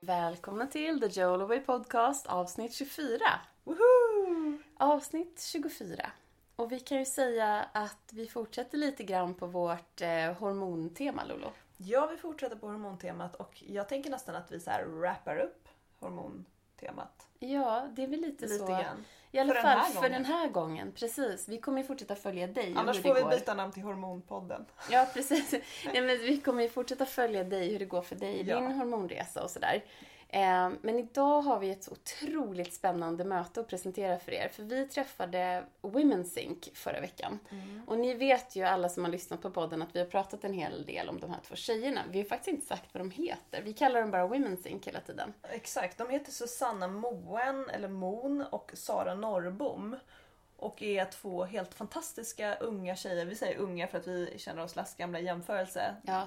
Välkomna till The Jolaway Podcast avsnitt 24. Woohoo! Avsnitt 24. Och vi kan ju säga att vi fortsätter lite grann på vårt hormontema, Lolo. Ja, vi fortsätter på hormontemat och jag tänker nästan att vi så här wrappar upp hormontemat. Ja, det är väl lite så. Grann. I alla fall för den här gången. Precis. Vi kommer ju fortsätta följa dig. Annars får vi byta namn till Hormonpodden. Ja, precis. Ja, men vi kommer ju fortsätta följa dig, hur det går för dig i din hormonresa och sådär. Men idag har vi ett otroligt spännande möte att presentera för er. För vi träffade Women Sync förra veckan. Och ni vet ju alla som har lyssnat på podden att vi har pratat en hel del om de här två tjejerna. Vi har faktiskt inte sagt vad de heter. Vi kallar dem bara Women Sync hela tiden. Exakt, de heter Susanna Moen eller Moon och Sara Norrbom. Och är två helt fantastiska unga tjejer. Vi säger unga för att vi känner oss lastgamla i jämförelse. Ja.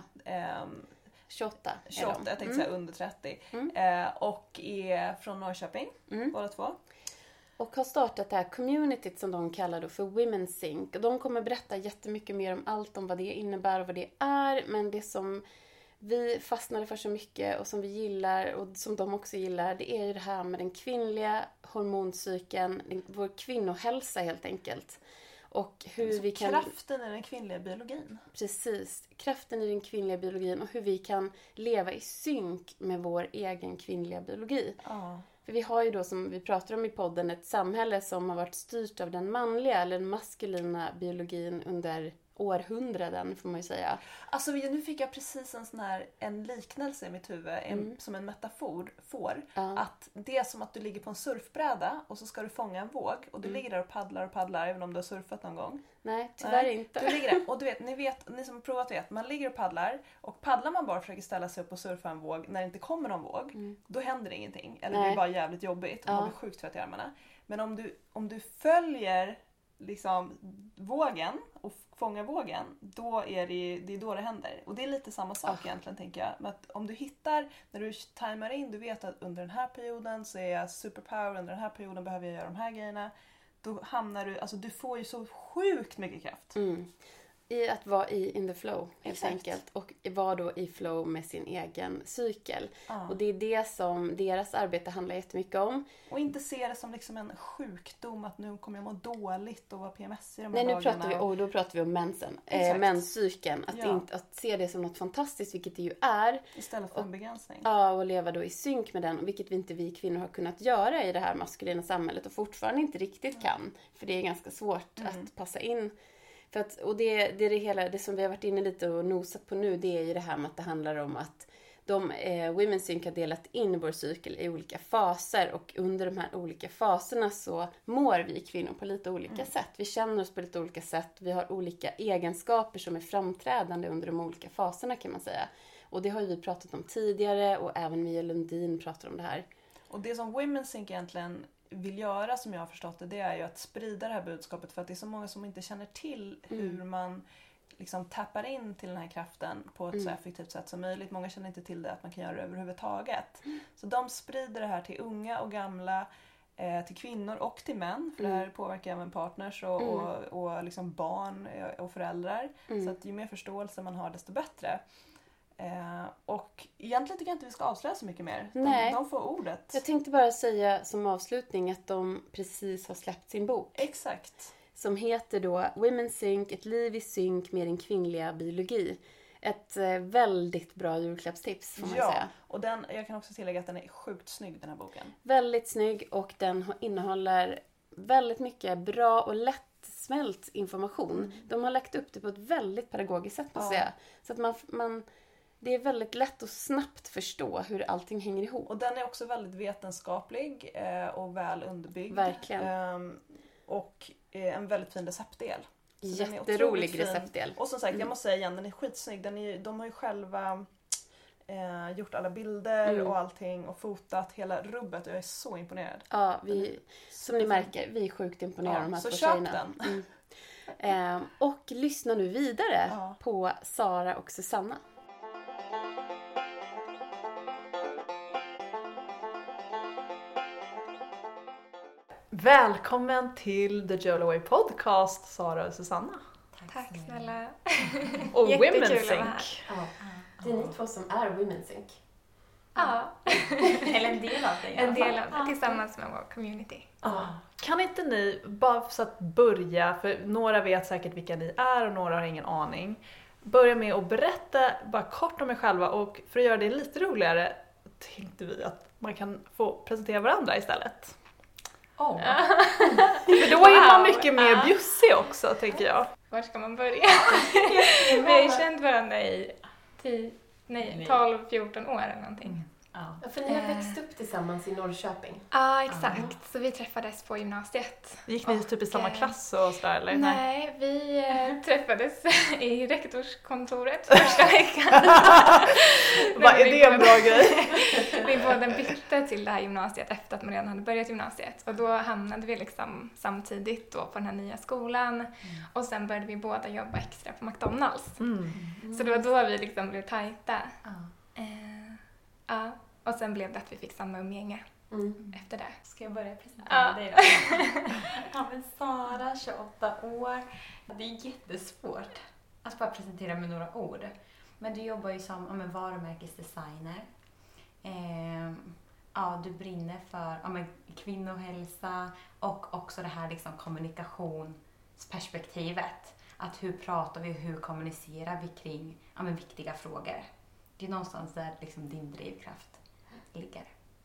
28 jag tänkte säga under 30. Och är från Norrköping, båda två. Och har startat det här communityt som de kallar då för Women Sync. Och de kommer berätta jättemycket mer om allt om vad det innebär och vad det är. Men det som vi fastnade för så mycket och som vi gillar och som de också gillar, det är ju det här med den kvinnliga hormoncykeln, vår kvinnohälsa helt enkelt. Och hur vi kan... Kraften i den kvinnliga biologin. Precis, kraften i den kvinnliga biologin och hur vi kan leva i synk med vår egen kvinnliga biologi. För vi har ju då, som vi pratar om i podden, ett samhälle som har varit styrt av den manliga eller den maskulina biologin under århundraden, får man ju säga. Alltså nu fick jag precis en liknelse i mitt huvud, som en metafor. Att det är som att du ligger på en surfbräda och så ska du fånga en våg och du ligger där och paddlar även om du har surfat någon gång. Nej, tyvärr inte. Du ligger där och du vet, ni som har provat vet, man ligger och paddlar man bara och försöker ställa sig upp och surfa en våg när det inte kommer någon våg, då händer det ingenting. Eller det är bara jävligt jobbigt och man blir sjukt trött i armarna. Men om du följer liksom vågen och fångar vågen, då är det då det händer. Och det är lite samma sak egentligen, tänker jag. Men att om du hittar, när du tajmar in, du vet att under den här perioden så är jag superpower, under den här perioden behöver jag göra de här grejerna. Då hamnar du, alltså du får ju så sjukt mycket kraft. I att vara in the flow, helt enkelt. Och vara då i flow med sin egen cykel. Och det är det som deras arbete handlar jättemycket om. Och inte se det som liksom en sjukdom, att nu kommer jag må dåligt och vara PMS i de här dagarna. Nej, då pratar vi om mensen. Menscykeln. Att se det som något fantastiskt, vilket det ju är. Istället för en begränsning. Ja, och leva då i synk med den. Vilket vi kvinnor har kunnat göra i det här maskulina samhället. Och fortfarande inte riktigt kan. För det är ganska svårt att passa in. För att, och det som vi har varit inne lite och nosat på nu, det är ju det här med att det handlar om att Women Sync har delat in vår cykel i olika faser, och under de här olika faserna så mår vi kvinnor på lite olika sätt. Vi känner oss på lite olika sätt, vi har olika egenskaper som är framträdande under de olika faserna, kan man säga. Och det har ju vi pratat om tidigare, och även Mia Lundin pratar om det här. Och det som Women Sync egentligen vill göra, som jag har förstått det är ju att sprida det här budskapet, för att det är så många som inte känner till hur man liksom tappar in till den här kraften på ett så effektivt sätt som möjligt. Många känner inte till det, att man kan göra det överhuvudtaget. Så de sprider det här till unga och gamla, till kvinnor och till män, för det här påverkar även partners och liksom barn och föräldrar. Så att ju mer förståelse man har, desto bättre. Och egentligen tycker jag inte vi ska avslöja så mycket mer. De får ordet. Jag tänkte bara säga som avslutning att de precis har släppt sin bok. Exakt. Som heter då Women Sync, ett liv i synk med din kvinnliga biologi. Ett väldigt bra julklappstips, får man säga. Och jag kan också tillägga att den är sjukt snygg, den här boken. Väldigt snygg, och den innehåller väldigt mycket bra och lättsmält information. De har lagt upp det på ett väldigt pedagogiskt sätt, måste jag säga. Så att det är väldigt lätt att snabbt förstå hur allting hänger ihop. Och den är också väldigt vetenskaplig och väl underbyggd. Verkligen. Och en väldigt fin receptdel. Jätterolig receptdel. Och som sagt, jag måste säga igen, den är skitsnygg. De har ju själva gjort alla bilder och allting och fotat hela rubbet, och jag är så imponerad. Ja, som ni märker, vi är sjukt imponerade av de här två tjejerna. Så köp den. Och lyssna nu vidare på Sara och Susanna. Välkommen till The Jolaway Podcast, Sara och Susanna. Tack snälla. Och Women Sync. Det är ni två som är Women Sync. Ja. Eller en del av det i alla En del fall. av det tillsammans med vår community. Kan inte ni, bara så att börja, för några vet säkert vilka ni är och några har ingen aning, börja med att berätta bara kort om er själva, och för att göra det lite roligare tänkte vi att man kan få presentera varandra istället. För då är man mycket mer bjussig också, tänker jag. Var ska man börja? Vi har ju känt varandra i 12-14 år eller någonting. Ja, för ni har växt upp tillsammans i Norrköping. Ja, exakt. Så vi träffades på gymnasiet. Gick ni typ i samma klass och sådär, eller? Nej, vi träffades i rektorskontoret första veckan. Vad är det en bra grej? Vi båda bytte till det här gymnasiet efter att man redan hade börjat gymnasiet. Och då hamnade vi liksom samtidigt då på den här nya skolan. Och sen började vi båda jobba extra på McDonalds. Så det var då vi liksom blev tajta. Ja. Och sen blev det att vi fick samma umgänge efter det. Ska jag börja presentera dig då? Ja, men Sara, 28 år. Det är jättesvårt att bara presentera med några ord. Men du jobbar ju som varumärkesdesigner. Du brinner för kvinnohälsa och också det här liksom kommunikationsperspektivet. Att hur pratar vi och hur kommunicerar vi kring viktiga frågor. Det är någonstans där liksom din drivkraft ligger.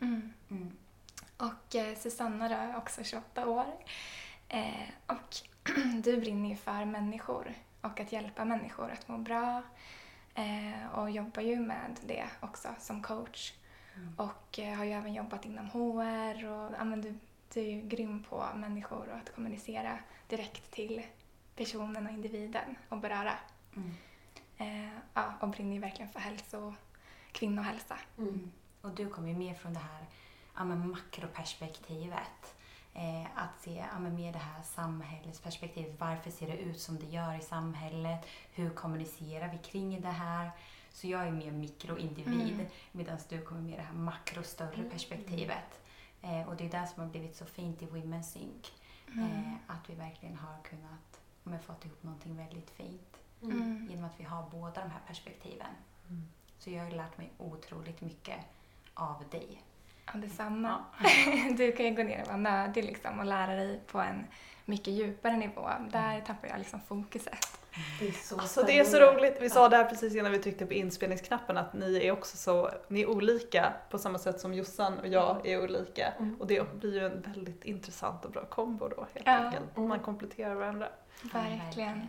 Och Susanna då är också 28 år. Och du brinner ju för människor och att hjälpa människor att må bra. Och jobbar ju med det också som coach. Och har ju även jobbat inom HR. Och du är ju grym på människor och att kommunicera direkt till personen och individen och beröra. Och brinner ju verkligen för kvinnohälsa. Och du kommer ju mer från det här makroperspektivet. Att se mer det här samhällsperspektivet. Varför ser det ut som det gör i samhället? Hur kommunicerar vi kring det här? Så jag är mer mikroindivid medan du kommer med det här större perspektivet. Och det är det som har blivit så fint i Women's Sync. Att vi verkligen har kunnat fått ihop någonting väldigt fint. Genom att vi har båda de här perspektiven. Så jag har lärt mig otroligt mycket av dig. Ja, detsamma. Du kan ju gå ner och vara nördig liksom, och lära dig på en mycket djupare nivå. Där tappar jag liksom fokuset. Det är så Det är så roligt. Vi sa det här precis innan vi tryckte på inspelningsknappen att ni är också ni är olika på samma sätt som Jossan och jag är olika. Och det blir ju en väldigt intressant och bra kombo då helt enkelt. Man kompletterar varandra. Verkligen.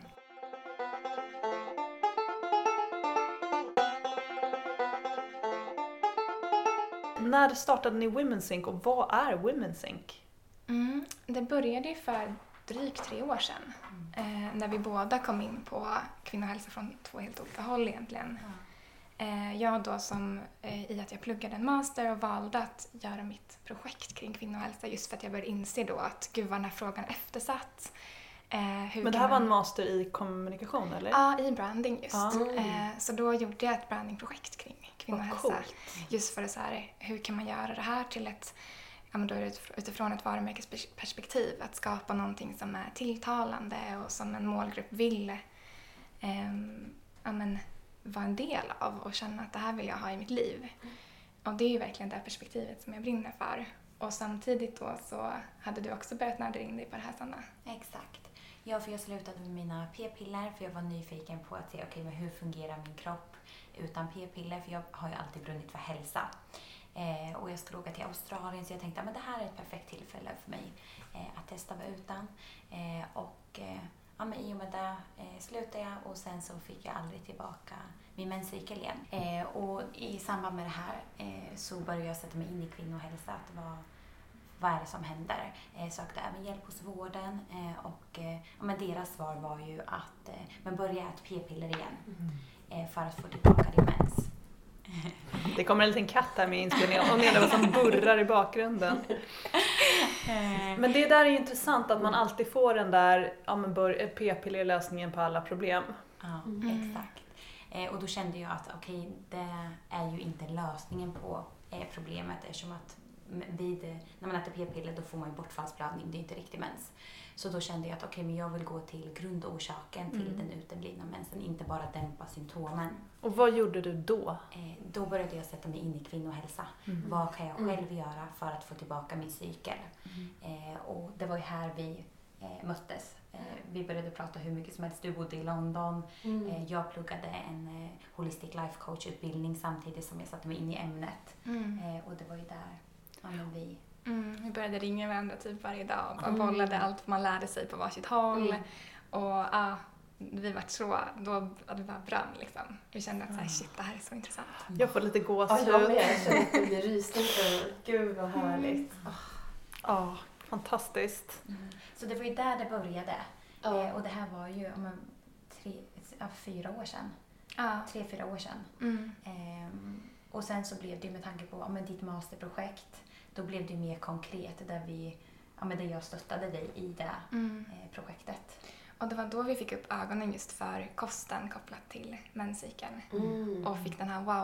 När startade ni Women's Sync och vad är Women's Sync? Det började ju för drygt 3 år sedan. När vi båda kom in på kvinnohälsa från 2 helt olika håll egentligen. Jag då i att jag pluggade en master och valde att göra mitt projekt kring kvinnohälsa just för att jag började inse då att gud var den här frågan eftersatt. Men det här var en master i kommunikation eller? Ja, i branding just. Så då gjorde jag ett brandingprojekt kring kvinnohälsa. Just för att hur kan man göra det här till ett, då är det utifrån ett varumärkesperspektiv, att skapa någonting som är tilltalande och som en målgrupp vill vara en del av och känna att det här vill jag ha i mitt liv. Och det är ju verkligen det perspektivet som jag brinner för. Och samtidigt då så hade du också börjat nörda in dig på det här, Sanna. Exakt. Ja, för jag slutade med mina p-piller för jag var nyfiken på att se men hur fungerar min kropp utan p-piller, för jag har ju alltid brunnit för hälsa. Och jag ska åka till Australien så jag tänkte att det här är ett perfekt tillfälle för mig att testa vara utan. I och med det slutade jag och sen så fick jag aldrig tillbaka min menscykel igen. Och i samband med det här så började jag sätta mig in i kvinnohälsa. Vad är det som händer? Sökte även hjälp hos vården och deras svar var ju att börja äta p-piller igen för att få tillbaka din mens. Det kommer en liten katt här med inspelningen och det som burrar i bakgrunden. Men det där är ju intressant att man alltid får den där p-piller-lösningen på alla problem. Ja, exakt. Och då kände jag att det är ju inte lösningen på problemet eftersom att när man äter p-piller då får man ju bortfallsblödning, det är inte riktig mens. Så då kände jag att men jag vill gå till grundorsaken till den uteblivna mensen, inte bara dämpa symptomen. Och vad gjorde du då? Då började jag sätta mig in i kvinnohälsa. Vad kan jag själv göra för att få tillbaka min cykel? Och det var ju här vi möttes. Vi började prata hur mycket som helst. Du bodde i London. Jag pluggade en holistic life coach-utbildning samtidigt som jag satte mig in i ämnet. Och det var ju där vi... Vi började ringa varandra typ varje dag och bara bollade allt man lärde sig på varsitt håll. Och vi var så, då det bara brann liksom. Vi kände att shit, det här är så intressant. Jag får lite gåshud. Ja, jag känner att det blir rysning för gud vad härligt. Ja, fantastiskt. Så det var ju där det började. Och det här var ju 4 år sedan. 3-4 år sedan. Och sen så blev det med tanke på ditt masterprojekt. Då blev det mer konkret där jag stöttade dig i det projektet. Och det var då vi fick upp ögonen just för kosten kopplat till menscykeln. Och fick den här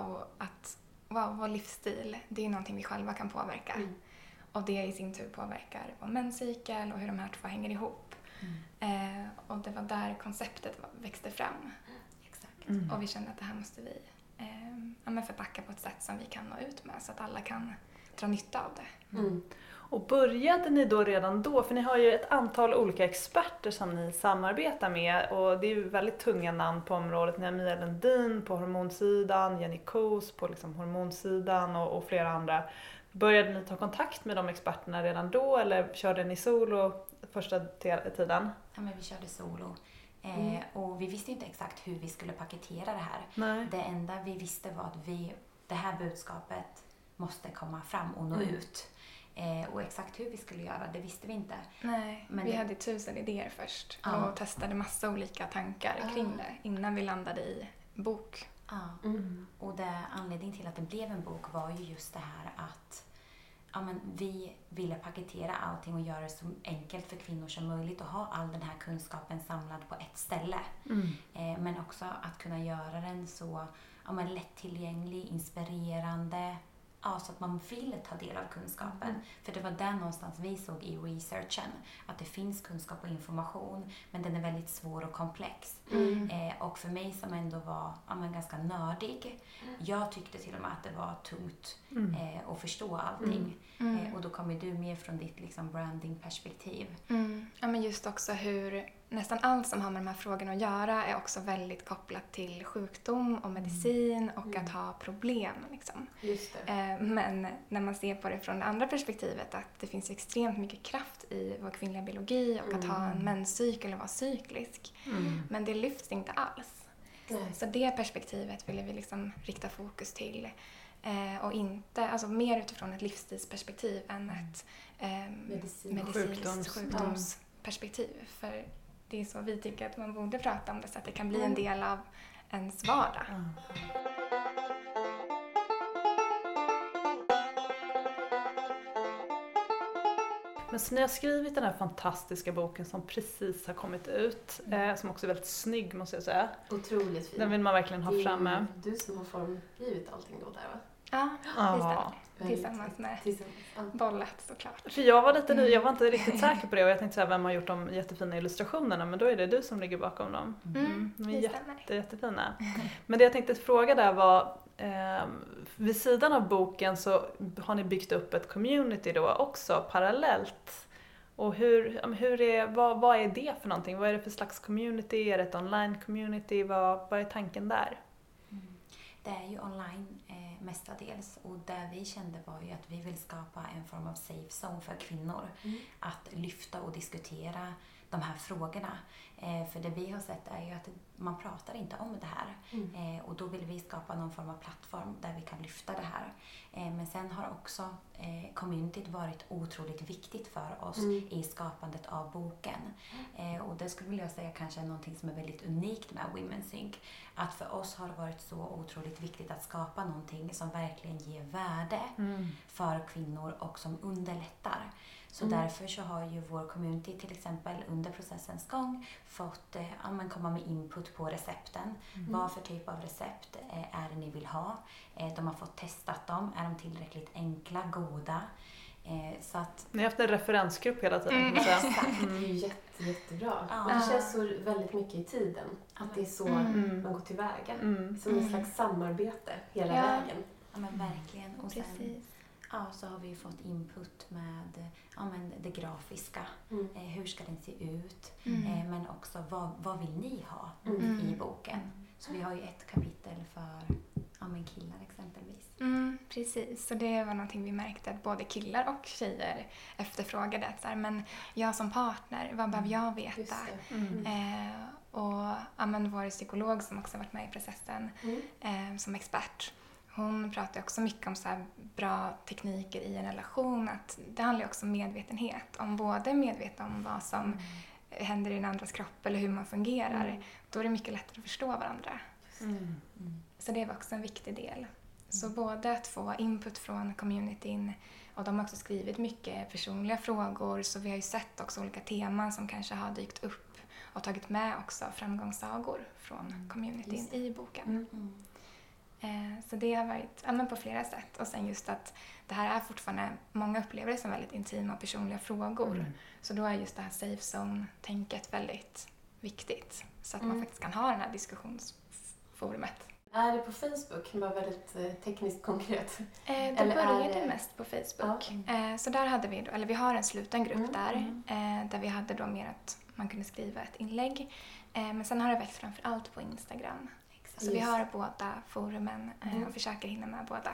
vår livsstil, det är någonting vi själva kan påverka. Och det i sin tur påverkar vår menscykel och hur de här två hänger ihop. Och det var där konceptet växte fram. Exakt. Och vi kände att det här måste vi förpacka på ett sätt som vi kan nå ut med så att alla kan dra nytta av det. Och började ni då redan då, för ni har ju ett antal olika experter som ni samarbetar med och det är ju väldigt tunga namn på området. Ni har Mia Lundin på hormonsidan, Jenny Kos på liksom hormonsidan och flera andra. Började ni ta kontakt med de experterna redan då eller körde ni solo första tiden? Ja, men vi körde solo. Och vi visste inte exakt hur vi skulle paketera det här. Nej. Det enda vi visste var att det här budskapet måste komma fram och nå ut. Och exakt hur vi skulle göra, det visste vi inte. Nej, men vi hade 1000 idéer först och testade massa olika tankar kring det innan vi landade i bok. Och anledningen till att det blev en bok var ju just det här att vi ville paketera allting och göra det så enkelt för kvinnor som möjligt och ha all den här kunskapen samlad på ett ställe. Men också att kunna göra den så lättillgänglig, inspirerande, så att man vill ta del av kunskapen. För det var där någonstans vi såg i researchen att det finns kunskap och information men den är väldigt svår och komplex. Och för mig som ändå var ganska nördig, jag tyckte till och med att det var tungt att förstå allting. Och då kommer du mer från ditt liksom brandingperspektiv. Ja, men just också hur nästan allt som har med de här frågorna att göra är också väldigt kopplat till sjukdom och medicin och att ha problem. Liksom. Just det. Men när man ser på det från det andra perspektivet att det finns extremt mycket kraft i vår kvinnliga biologi och att ha en menscykel och vara cyklisk. Men det lyfts inte alls. Så det perspektivet ville vi liksom rikta fokus till. Och inte, mer utifrån ett livsstilsperspektiv än ett medicinskt sjukdomsperspektiv. För det är så vi tycker att man borde prata om det så att det kan bli en del av ens vardag. Men så ni har skrivit den här fantastiska boken som precis har kommit ut, som också är väldigt snygg måste jag säga. Otroligt fin. Den vill man verkligen ha framme. Du som har formgivit allting då där va? Ja, det stämmer. Tillsammans med bollat såklart. För jag var lite ny, jag var inte riktigt säker på det och jag tänkte så här, vem har gjort de jättefina illustrationerna, men då är det du som ligger bakom dem. De är jättefina. Men det jag tänkte fråga där var, vid sidan av boken så har ni byggt upp ett community då också parallellt. Och vad är det för någonting? Vad är det för slags community? Är det ett online community? Vad är tanken där? Det är ju online mestadels och det vi kände var ju att vi vill skapa en form av safe zone för kvinnor att lyfta och diskutera de här frågorna. För det vi har sett är ju att man pratar inte om det här. Och då vill vi skapa någon form av plattform där vi kan lyfta det här. Men sen har också communityt varit otroligt viktigt för oss i skapandet av boken. Och det skulle jag säga kanske är någonting som är väldigt unikt med Women Sync. Att för oss har det varit så otroligt viktigt att skapa någonting som verkligen ger värde för kvinnor och som underlättar. Så därför så har ju vår community till exempel under processens gång fått komma med input på recepten. Vad för typ av recept är det ni vill ha? De har fått testat dem. Är de tillräckligt enkla, goda? Så att... Ni har haft en referensgrupp hela tiden. Det är ju jättebra. Ja. Och det känns så väldigt mycket i tiden. Att det är så man går tillväga. Som en slags samarbete hela vägen. Ja, men verkligen. Och sen, Precis. så har vi fått input med det grafiska. Hur ska den se ut? Men också vad vill ni ha i boken? Så vi har ju ett kapitel för killar exempelvis. Precis, så det var någonting vi märkte att både killar och tjejer efterfrågade. Att så här, men jag som partner, vad behöver jag veta? Och vår psykolog som också varit med i processen som expert, hon pratar också mycket om så här bra tekniker i en relation. Att det handlar också om medvetenhet. Om både medveten om vad som händer i den andras kropp eller hur man fungerar. Då är det mycket lättare att förstå varandra. Så det var också en viktig del. Så både att få input från communityn, och de har också skrivit mycket personliga frågor, så vi har ju sett också olika teman som kanske har dykt upp och tagit med också framgångssagor från communityn i boken. Så det har varit på flera sätt. Och sen just att det här är fortfarande, många upplever det som väldigt intima och personliga frågor. Så då är just det här safe zone-tänket väldigt viktigt. Så att man faktiskt kan ha det här diskussionsforumet. Är det på Facebook? Det var väldigt tekniskt konkret. Det började mest på Facebook. Så där hade vi har en sluten grupp där vi hade då mer att man kunde skriva ett inlägg. Men sen har det växt framför allt på Instagram. Så vi har båda forumen och försöker hinna med båda.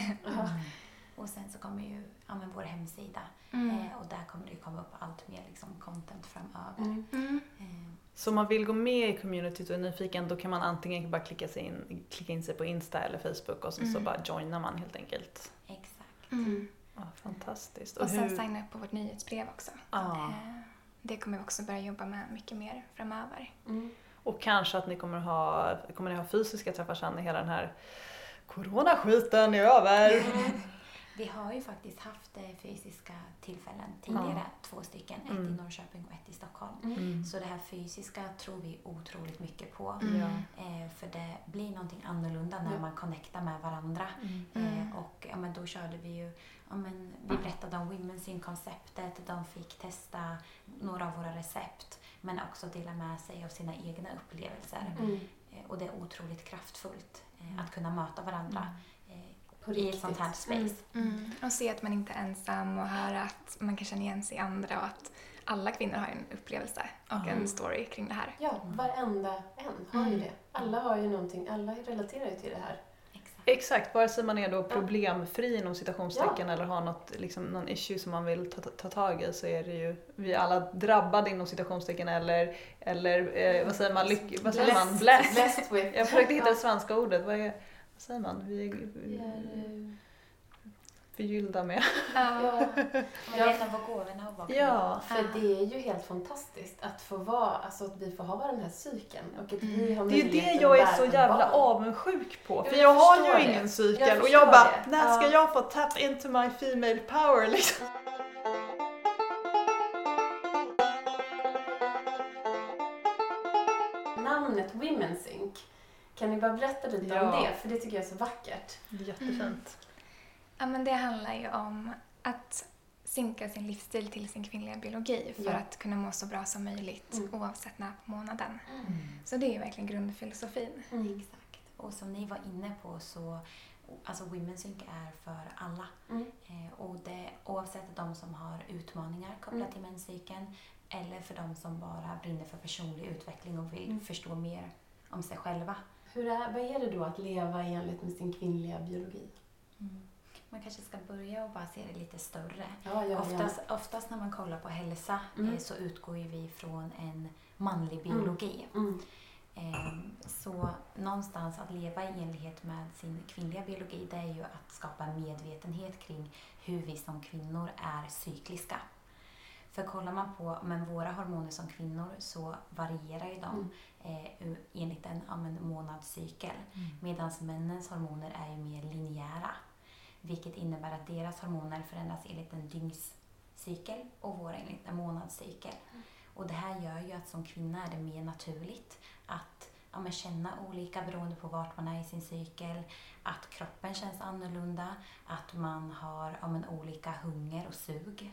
Och sen så kommer ju vår hemsida och där kommer det ju komma upp allt mer liksom content framöver. Så om man vill gå med i communityt och är nyfiken, då kan man antingen bara klicka in sig på Insta eller Facebook och så bara joinar man helt enkelt. Exakt. Ja, fantastiskt. Och sen signa upp på vårt nyhetsbrev också. Det kommer vi också börja jobba med mycket mer framöver. Och kanske att ni kommer ha fysiska träffar sen när hela den här coronaskiten är över. Vi har ju faktiskt haft fysiska tillfällen tidigare, 2 stycken, ett i Norrköping och ett i Stockholm. Så det här fysiska tror vi otroligt mycket på. För det blir någonting annorlunda när man connectar med varandra. Och då körde vi ju, vi berättade om Women's In-konceptet, de fick testa några av våra recept, men också dela med sig av sina egna upplevelser. Och det är otroligt kraftfullt att kunna möta varandra i ett sånt här space. Och se att man inte är ensam och höra att man kan känna igen sig i andra och att alla kvinnor har en upplevelse och en story kring det här. Ja, varenda en har ju det. Alla har ju någonting, alla relaterar ju till det här. Exakt, vare sig man är då problemfri inom citationstecken eller har någon issue som man vill ta tag i, så är det ju vi alla drabbade inom citationstecken eller vad säger man? Blessed with. Jag försökte hitta det svenska ordet. Vad säger man? Vi är förgyllda med. Man vet vad gåvorna och vad för det är ju helt fantastiskt att få vara, alltså att vi får ha den här cykeln och att vi har det är det jag är så jävla avundsjuk på, för jag har ju ingen cykel och jag bara, när ska jag få tap into my female power liksom? Namnet Women's Inc. Kan ni bara berätta lite om det? För det tycker jag är så vackert. Jättefint. Ja, men det handlar ju om att synka sin livsstil till sin kvinnliga biologi för att kunna må så bra som möjligt oavsett när på månaden. Så det är ju verkligen grundfilosofin. Exakt. Och som ni var inne på så Women's Inc. är för alla. Och det, oavsett de som har utmaningar kopplat till menscykeln eller för de som bara brinner för personlig utveckling och vill förstå mer om sig själva. Vad är det då att leva enligt med sin kvinnliga biologi? Man kanske ska börja och bara se det lite större. Oftast när man kollar på hälsa så utgår ju vi från en manlig biologi. Så någonstans att leva i enlighet med sin kvinnliga biologi, det är ju att skapa medvetenhet kring hur vi som kvinnor är cykliska. För kollar man på våra hormoner som kvinnor så varierar ju de enligt en månadscykel. Medan männens hormoner är ju mer linjära. Vilket innebär att deras hormoner förändras enligt en cykel och vår enligt en månadscykel. Och det här gör ju att som kvinna är det mer naturligt att känna olika beroende på vart man är i sin cykel, att kroppen känns annorlunda, att man har olika hunger och sug.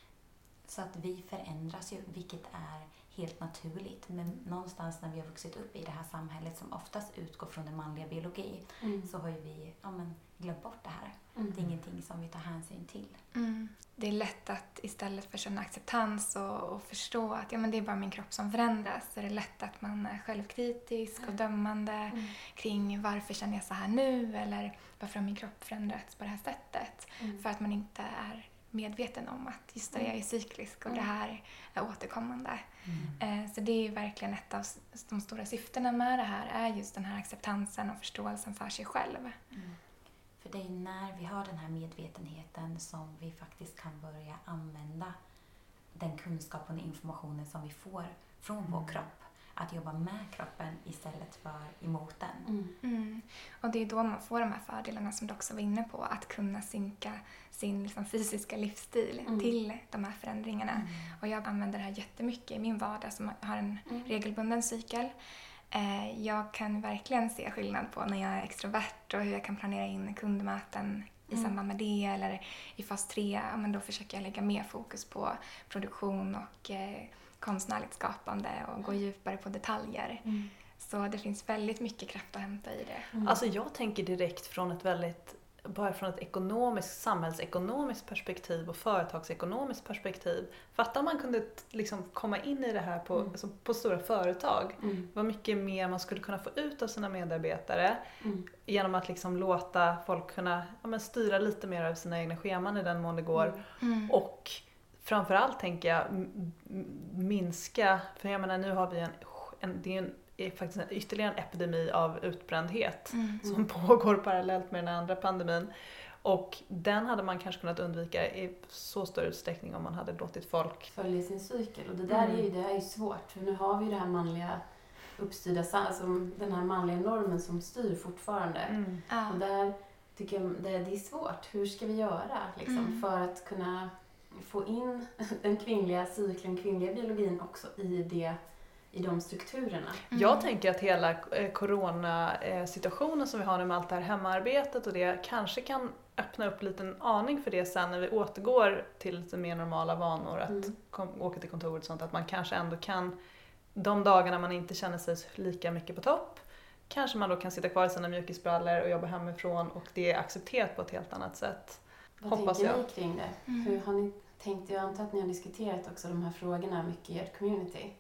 Så att vi förändras ju, vilket är helt naturligt. Men någonstans när vi har vuxit upp i det här samhället som oftast utgår från den manliga biologi så har ju vi glömt bort det här. Det är ingenting som vi tar hänsyn till. Det är lätt att istället för att känna acceptans och förstå att det är bara min kropp som förändras, så är det lätt att man är självkritisk och dömande kring varför känner jag så här nu, eller varför har min kropp förändrats på det här sättet. För att man inte är medveten om att just det, jag är cyklisk och det här är återkommande. Så det är verkligen ett av de stora syftena med det här, är just den här acceptansen och förståelsen för sig själv. För det är när vi har den här medvetenheten som vi faktiskt kan börja använda den kunskapen och informationen som vi får från vår kropp. Att jobba med kroppen istället för emot den. Och det är då man får de här fördelarna som du också var inne på. Att kunna synka sin fysiska livsstil till de här förändringarna. Och jag använder det här jättemycket i min vardag som har en regelbunden cykel. Jag kan verkligen se skillnad på när jag är extrovert och hur jag kan planera in kundmöten i samband med det, eller i fas 3, då försöker jag lägga mer fokus på produktion och konstnärligt skapande och gå djupare på detaljer. Så det finns väldigt mycket kraft att hämta i det. Alltså jag tänker direkt från bara från ett samhällsekonomiskt perspektiv och företagsekonomiskt perspektiv. Fatta om man kunde komma in i det här på stora företag. Vad mycket mer man skulle kunna få ut av sina medarbetare genom att låta folk kunna styra lite mer av sina egna scheman i den mån det går. Och framförallt tänker jag minska, för jag menar nu har vi faktiskt ytterligare en epidemi av utbrändhet som pågår parallellt med den andra pandemin. Och den hade man kanske kunnat undvika i så stor utsträckning om man hade låtit folk följa sin cykel. Och det där är ju svårt, för nu har vi det här manliga uppstyrda, alltså den här manliga normen som styr fortfarande. Och där tycker jag det är svårt. Hur ska vi göra för att kunna få in den kvinnliga cykeln, kvinnliga biologin också i de strukturerna. Jag tänker att hela coronasituationen som vi har nu med allt det här hemarbetet och det kanske kan öppna upp lite en aning för det sen när vi återgår till lite mer normala vanor att åka till kontoret och sånt, att man kanske ändå kan, de dagarna man inte känner sig lika mycket på topp, kanske man då kan sitta kvar i sina mjukisbrallor och jobba hemifrån, och det är accepterat på ett helt annat sätt. Vad tänker ni kring det? Hur har ni tänkt? Jag antar att ni har diskuterat också de här frågorna mycket i ert community.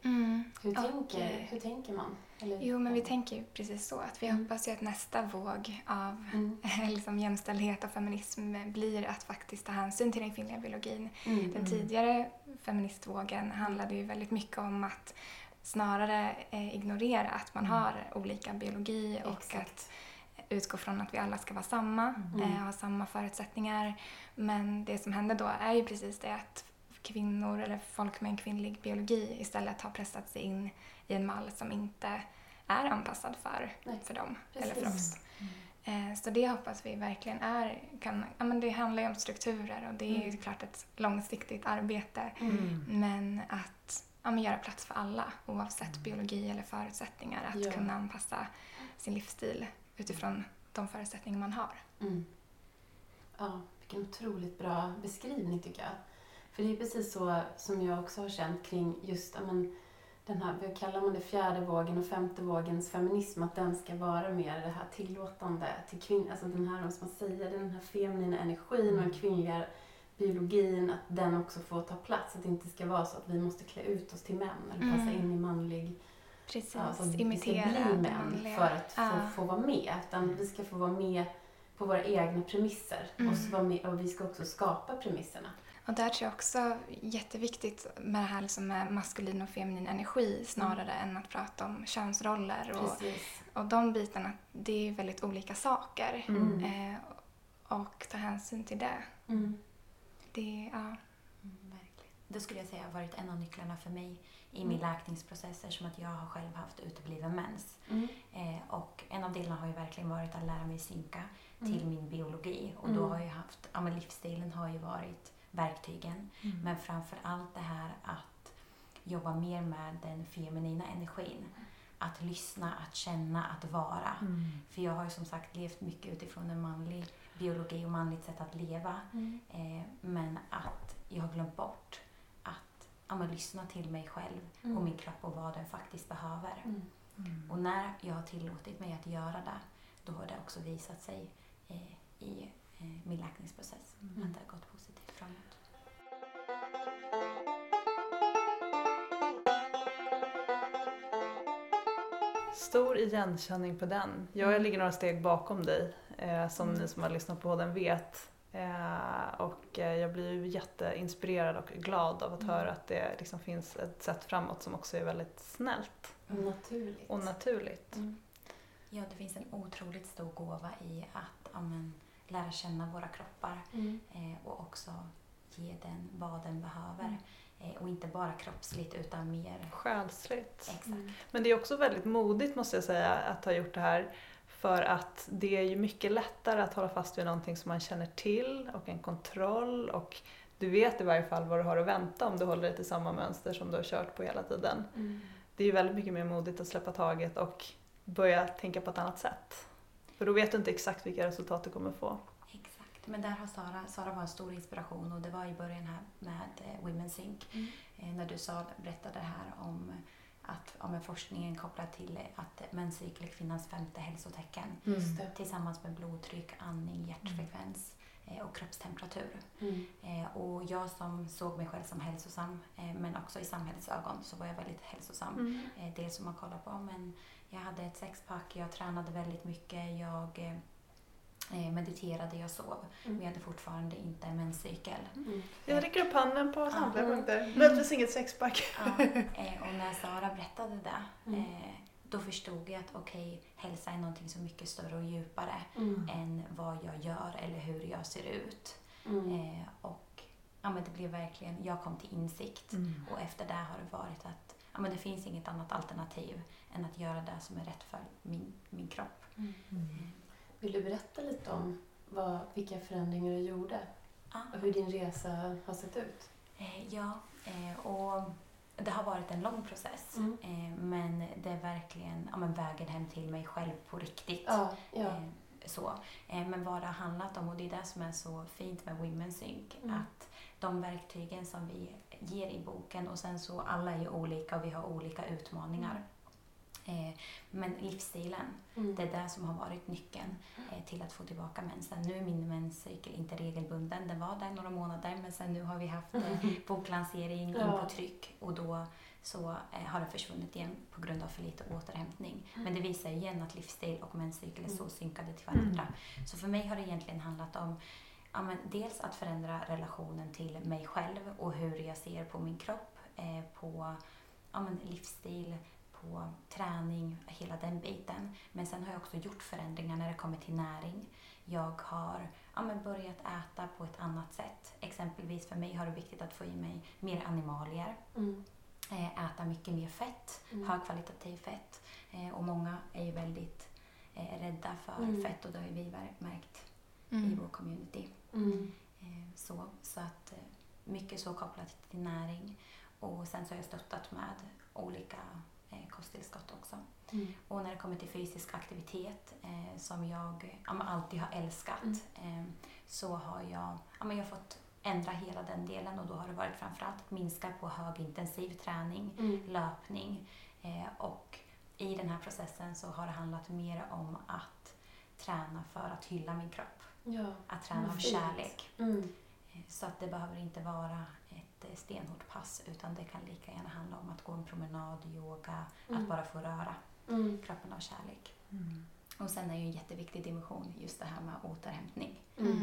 Hur tänker man? Eller? Jo, men vi tänker ju precis så. Att vi hoppas ju att nästa våg av jämställdhet och feminism blir att faktiskt ta hänsyn till den kvinnliga biologin. Den tidigare feministvågen handlade ju väldigt mycket om att snarare ignorera att man har olika biologi och att utgå från att vi alla ska vara samma, ha samma förutsättningar. Men det som händer då är ju precis det att kvinnor eller folk med en kvinnlig biologi istället har pressat sig in i en mall som inte är anpassad för dem eller för oss. Så det hoppas vi verkligen det handlar ju om strukturer och det är ju klart ett långsiktigt arbete. Men att göra plats för alla oavsett biologi eller förutsättningar, att kunna anpassa sin livsstil utifrån de förutsättningar man har. Ja, vilken otroligt bra beskrivning tycker jag. För det är precis så som jag också har känt kring just den här, vad kallar man det, fjärde vågen och femte vågens feminism, att den ska vara mer det här tillåtande till kvinnor, alltså den här, som man säger, den här feminina energin och den kvinnliga biologin, att den också får ta plats, att det inte ska vara så att vi måste klä ut oss till män eller passa in i manlig. Precis, imitera vi ska bli män för att få vara med, utan vi ska få vara med på våra egna premisser och vi ska också skapa premisserna. Och där tror jag också jätteviktigt med det här med maskulin och feminin energi snarare än att prata om könsroller och de bitarna, det är väldigt olika saker och ta hänsyn till det. Verkligen. Det skulle jag säga har varit en av nycklarna för mig i min läkningsprocess, eftersom att jag har själv haft utebliven mens. Och en av delarna har ju verkligen varit att lära mig synka till min biologi. Och då har jag haft, livsstilen har ju varit verktygen. Men framför allt det här att jobba mer med den feminina energin. Att lyssna, att känna, att vara. För jag har ju som sagt levt mycket utifrån en manlig biologi och manligt sätt att leva. Men att jag har glömt bort att lyssna till mig själv och min kropp och vad den faktiskt behöver. Och när jag har tillåtit mig att göra det, då har det också visat sig i min läkningsprocess. Att det har gått positivt framåt. Stor igenkänning på den. Jag ligger några steg bakom dig, som ni som har lyssnat på den vet. Och jag blir ju jätteinspirerad och glad av att höra att det liksom finns ett sätt framåt som också är väldigt snällt. Och naturligt. Ja, det finns en otroligt stor gåva i att lära känna våra kroppar och också ge den vad den behöver. Och inte bara kroppsligt utan mer själsligt. Exakt. Men det är också väldigt modigt måste jag säga att ha gjort det här. För att det är ju mycket lättare att hålla fast vid någonting som man känner till och en kontroll. Och du vet i varje fall vad du har att vänta om du håller dig till samma mönster som du har kört på hela tiden. Det är ju väldigt mycket mer modigt att släppa taget och börja tänka på ett annat sätt. För då vet du inte exakt vilka resultat du kommer få. Exakt, men där har Sara var en stor inspiration och det var i början här med Women's Sync. När du berättade här om att forskningen kopplad till att menscykel är kvinnans 5:e hälsotecken. Tillsammans med blodtryck, andning, hjärtfrekvens och kroppstemperatur. Och jag som såg mig själv som hälsosam, men också i samhällets ögon så var jag väldigt hälsosam. Dels som man kollar på, men jag hade ett sexpack, jag tränade väldigt mycket, jag mediterade, jag sov. Men jag hade fortfarande inte en menscykel. Jag räcker upp handen på samtliga punkter. Möjligtvis inget sexpack. Och när Sara berättade det, då förstod jag att hälsa är någonting så mycket större och djupare än vad jag gör eller hur jag ser ut. Och det blev verkligen, jag kom till insikt. Och efter det har det varit att det finns inget annat alternativ än att göra det som är rätt för min kropp. Vill du berätta lite om vilka förändringar du gjorde? Och hur din resa har sett ut? Och det har varit en lång process. Men det är verkligen vägen hem till mig själv på riktigt. Men vad det har handlat om, och det är det som är så fint med Women's Sync, att de verktygen som vi ger i boken, och sen så alla är ju olika och vi har olika utmaningar. Men livsstilen, det är det som har varit nyckeln till att få tillbaka mensen. Nu är min menscykel inte regelbunden, den var där några månader, men sen nu har vi haft boklansering in på tryck och då så har det försvunnit igen på grund av för lite återhämtning. Men det visar igen att livsstil och menscykel är så synkade till varandra. Så för mig har det egentligen handlat om dels att förändra relationen till mig själv och hur jag ser på min kropp, på livsstil, på träning, hela den biten. Men sen har jag också gjort förändringar när det kommer till näring. Jag har börjat äta på ett annat sätt. Exempelvis för mig har det viktigt att få i mig mer animalier. Äta mycket mer fett, högkvalitativ fett. Och många är ju väldigt rädda för fett och det har vi märkt i vår community. Så att mycket så kopplat till näring. Och sen så har jag stöttat med olika kosttillskott också. Och när det kommer till fysisk aktivitet som jag alltid har älskat så har jag fått ändra hela den delen och då har det varit framförallt att minska på högintensiv träning, löpning och i den här processen så har det handlat mer om att träna för att hylla min kropp. Att träna av kärlek. Så att det behöver inte vara ett stenhårt pass utan det kan lika gärna handla om att gå en promenad, yoga, att bara få röra kroppen av kärlek. Och sen är ju en jätteviktig dimension just det här med återhämtning.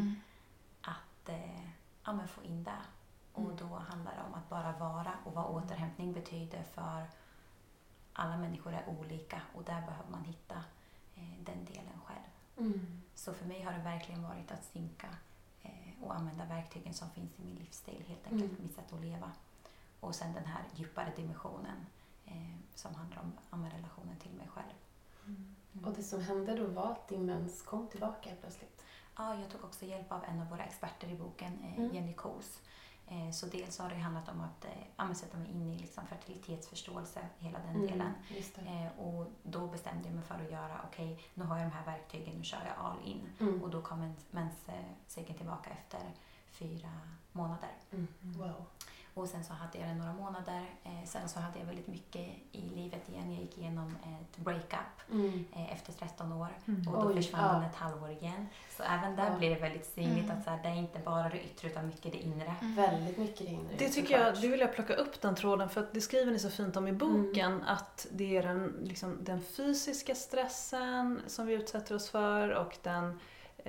Att få in det. Och då handlar det om att bara vara och vad återhämtning betyder för alla människor är olika och där behöver man hitta den delen själv. Så för mig har det verkligen varit att synka och använda verktygen som finns i min livsstil, helt enkelt mitt sätt att leva. Och sen den här djupare dimensionen som handlar om relationen till mig själv. Och det som hände då var att din mens kom tillbaka plötsligt? Ja, jag tog också hjälp av en av våra experter i boken, Jenny Kos. Så dels har det handlat om att sätta mig in i liksom fertilitetsförståelse, hela den delen. Och då bestämde jag mig för att göra, nu har jag de här verktygen, nu kör jag all in. Och då kom menscykeln tillbaka efter 4 månader. Wow. Och sen så hade jag det några månader. Sen så hade jag väldigt mycket i livet igen. Jag gick igenom ett breakup efter 13 år. Och då försvann den ett halvår igen. Så även där blir det väldigt synligt att så här, det är inte bara det yttre utan mycket det inre. Väldigt mycket det inre. Det tycker jag, det vill jag plocka upp den tråden, för att det skriver ni så fint om i boken, att det är den fysiska stressen som vi utsätter oss för och den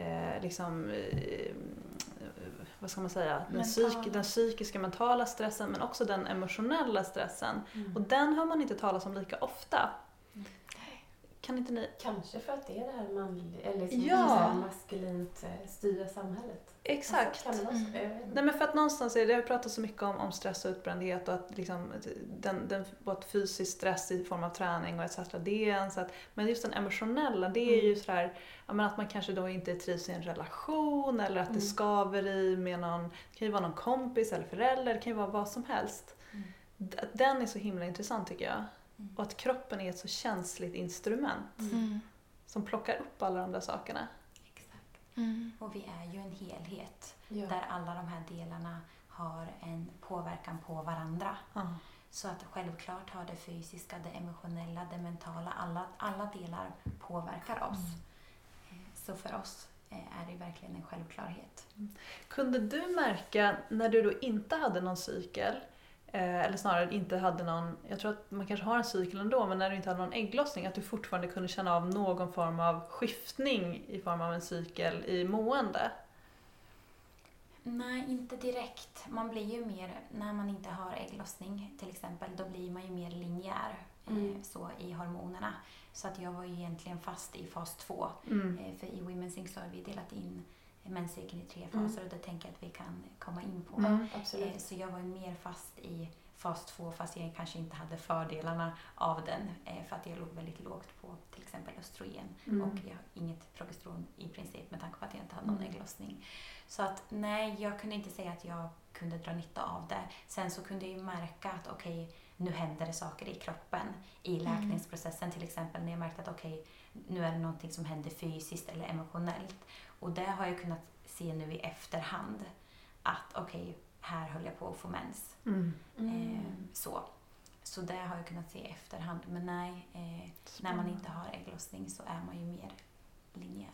vad ska man säga, den psykiska mentala stressen, men också den emotionella stressen. Och den hör man inte talas om lika ofta. Kan inte ni... Kanske för att det är det här eller maskulint styra samhället. Exakt. Nej, men för att någonstans det har pratat så mycket om stress och utbrändhet och att liksom både fysisk stress i form av träning och etc. Det är en så att, men just den emotionella, det är ju så här, att man kanske då inte trivs i en relation eller att det skaver i med någon, det kan ju vara någon kompis eller förälder, det kan ju vara vad som helst. Den är så himla intressant tycker jag. Och att kroppen är ett så känsligt instrument som plockar upp alla de där sakerna. Och vi är ju en helhet där alla de här delarna har en påverkan på varandra. Så att självklart har det fysiska, det emotionella, det mentala, alla delar påverkar oss. Så för oss är det verkligen en självklarhet. Kunde du märka när du då inte hade någon cykel, eller snarare inte hade någon, jag tror att man kanske har en cykel ändå, men när du inte hade någon ägglossning, att du fortfarande kunde känna av någon form av skiftning i form av en cykel i mående? Nej, inte direkt. Man blir ju mer, när man inte har ägglossning till exempel, då blir man ju mer linjär så i hormonerna. Så att jag var ju egentligen fast i fas 2. För i Women's Inc så har vi delat in menscykeln i 3 faser och det tänker jag att vi kan komma in på. Absolut. Så jag var mer fast i fas 2 fast jag kanske inte hade fördelarna av den för att jag låg väldigt lågt på till exempel östrogen och jag har inget progesteron i princip med tanke på att jag inte hade någon ägglossning. Så att nej, jag kunde inte säga att jag kunde dra nytta av det. Sen så kunde jag ju märka att nu händer det saker i kroppen i läkningsprocessen till exempel, när jag märkte att nu är det någonting som händer fysiskt eller emotionellt. Och det har jag kunnat se nu i efterhand att här höll jag på att få mens. Så det har jag kunnat se i efterhand. Men nej, när man inte har ägglossning så är man ju mer linjär.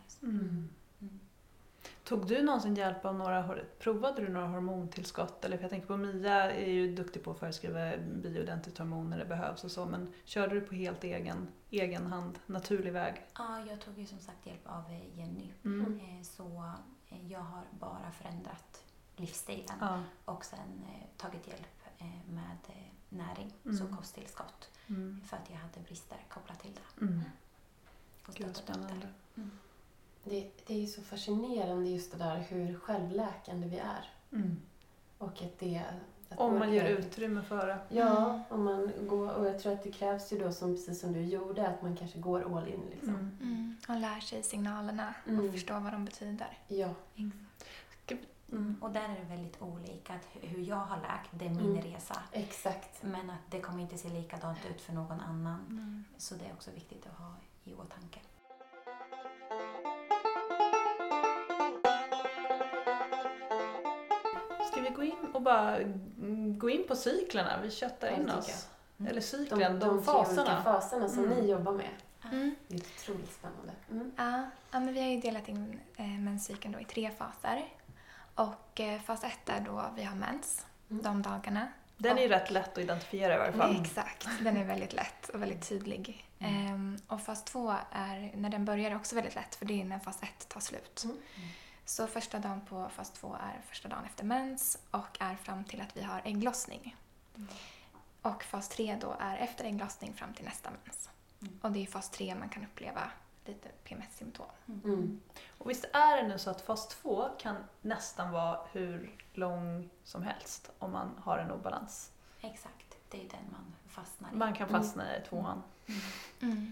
Tog du någonsin hjälp av provade du några hormontillskott? Eller för jag tänker på Mia är ju duktig på att föreskriva bioidentiskt hormon när det behövs och så, men körde du på helt egen hand, naturlig väg? Ja, jag tog ju som sagt hjälp av Jenny. Så jag har bara förändrat livsstilen och sen tagit hjälp med näring, så kosttillskott. För att jag hade brister kopplat till det. Gud, spännande. Det är ju så fascinerande just det där hur självläkande vi är. Och att om man ger utrymme för det. Ja, om man går, och jag tror att det krävs ju då precis som du gjorde, att man kanske går all in liksom. Och lär sig signalerna och förstår vad de betyder. Ja. Och där är det väldigt olika hur jag har läkt, det är min resa. Exakt. Men att det kommer inte se likadant ut för någon annan. Så det är också viktigt att ha i åtanke. Ska vi gå in och bara gå in på cyklerna? Vi köttar in oss. Eller cykeln, de faserna. De faserna som ni jobbar med. Det är otroligt spännande. Ja, men vi har ju delat in menscykeln då i 3 faser. Och fas 1 är då vi har mens, de dagarna. Den är ju rätt lätt att identifiera i varje fall. Exakt, den är väldigt lätt och väldigt tydlig. Och fas 2 är, när den börjar, också väldigt lätt, för det är när fas 1 tar slut. Så första dagen på fas 2 är första dagen efter mens och är fram till att vi har ägglossning. Och fas 3 då är efter ägglossning fram till nästa mens. Och det är i fas 3 man kan uppleva lite PMS-symptom. Och visst är det nu så att fas 2 kan nästan vara hur lång som helst om man har en obalans? Exakt, det är den man fastnar i. Man kan fastna i 2:an. Så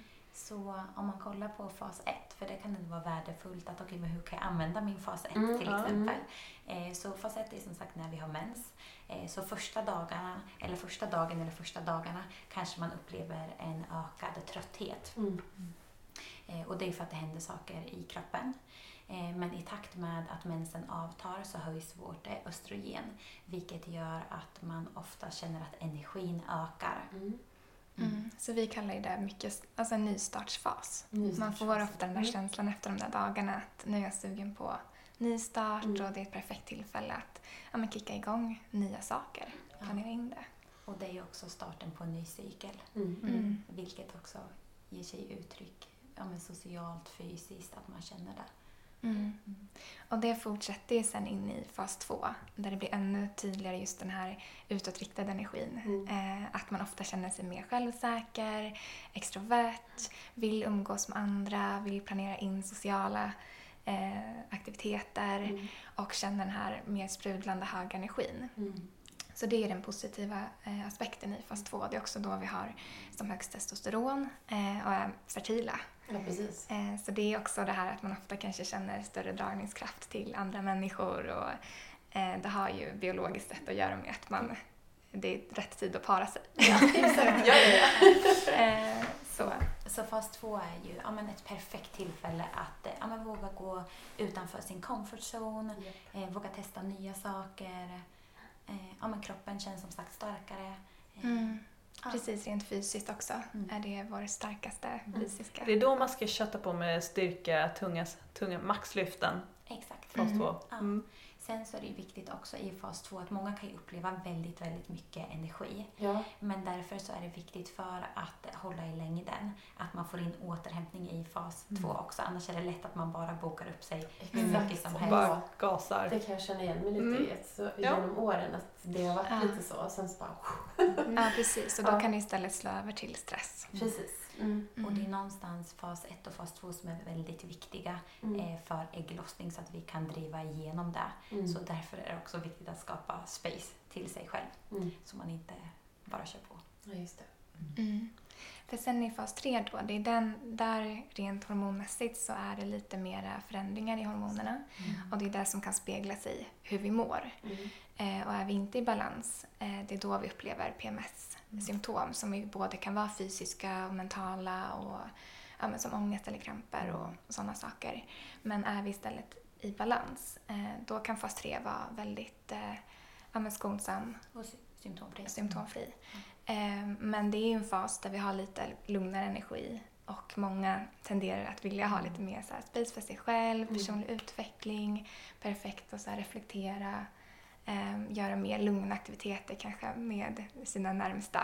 Så om man kollar på fas 1, för det kan det vara värdefullt att okej, men hur kan jag använda min fas 1 till exempel. Så fas 1 är som sagt när vi har mens. Så första dagen eller första dagarna kanske man upplever en ökad trötthet. Och det är för att det händer saker i kroppen. Men i takt med att mensen avtar så höjs vårt östrogen, vilket gör att man ofta känner att energin ökar. Så vi kallar det mycket alltså en nystartsfas. Man får ofta den där känslan efter de där dagarna att nu är jag sugen på nystart och det är ett perfekt tillfälle att kicka igång nya saker, planera in det. Och det är också starten på en ny cykel, vilket också ger sig uttryck socialt, fysiskt, att man känner det. Och det fortsätter ju sen in i fas 2 där det blir ännu tydligare just den här utåtriktade energin. Att man ofta känner sig mer självsäker, extrovert, vill umgås med andra, vill planera in sociala aktiviteter och känner den här mer sprudlande höga energin. Så det är den positiva aspekten i fas 2. Det är också då vi har som högst testosteron och är fertila. Ja, precis. Så det är också det här att man ofta kanske känner större dragningskraft till andra människor och det har ju biologiskt sett att göra med att det är rätt tid att para sig. Så fas 2 är ju ett perfekt tillfälle att våga gå utanför sin comfort zone, våga testa nya saker. Kroppen känns som sagt starkare. Precis, rent fysiskt också är det vår starkaste fysiska. Det är då man ska kötta på med styrka, tunga maxlyften. Exakt. Fas 2. Sen så är det viktigt också i fas 2 att många kan ju uppleva väldigt, väldigt mycket energi. Ja. Men därför så är det viktigt för att hålla i längden att man får in återhämtning i fas 2 också. Annars är det lätt att man bara bokar upp sig hur mycket som helst. Bara gasar. Det kan jag känna igen mig lite i så genom åren att det har varit lite så och sen så bara... Ja, precis. Och då kan det istället slå över till stress. Precis. Och det är någonstans fas 1 och fas 2 som är väldigt viktiga för ägglossning så att vi kan driva igenom det. Så därför är det också viktigt att skapa space till sig själv så man inte bara kör på. Ja, just det. För sen i fas 3 då, det är där rent hormonmässigt så är det lite mera förändringar i hormonerna. Och det är det som kan spegla sig hur vi mår. Och är vi inte i balans, det är då vi upplever PMS-symptom som ju både kan vara fysiska och mentala och som ångest eller kramper och sådana saker. Men är vi istället i balans, då kan fas 3 vara väldigt skonsam och symptomfri. Men det är ju en fas där vi har lite lugnare energi och många tenderar att vilja ha lite mer så här space för sig själv, personlig utveckling, perfekt att så här reflektera, göra mer lugna aktiviteter kanske med sina närmsta.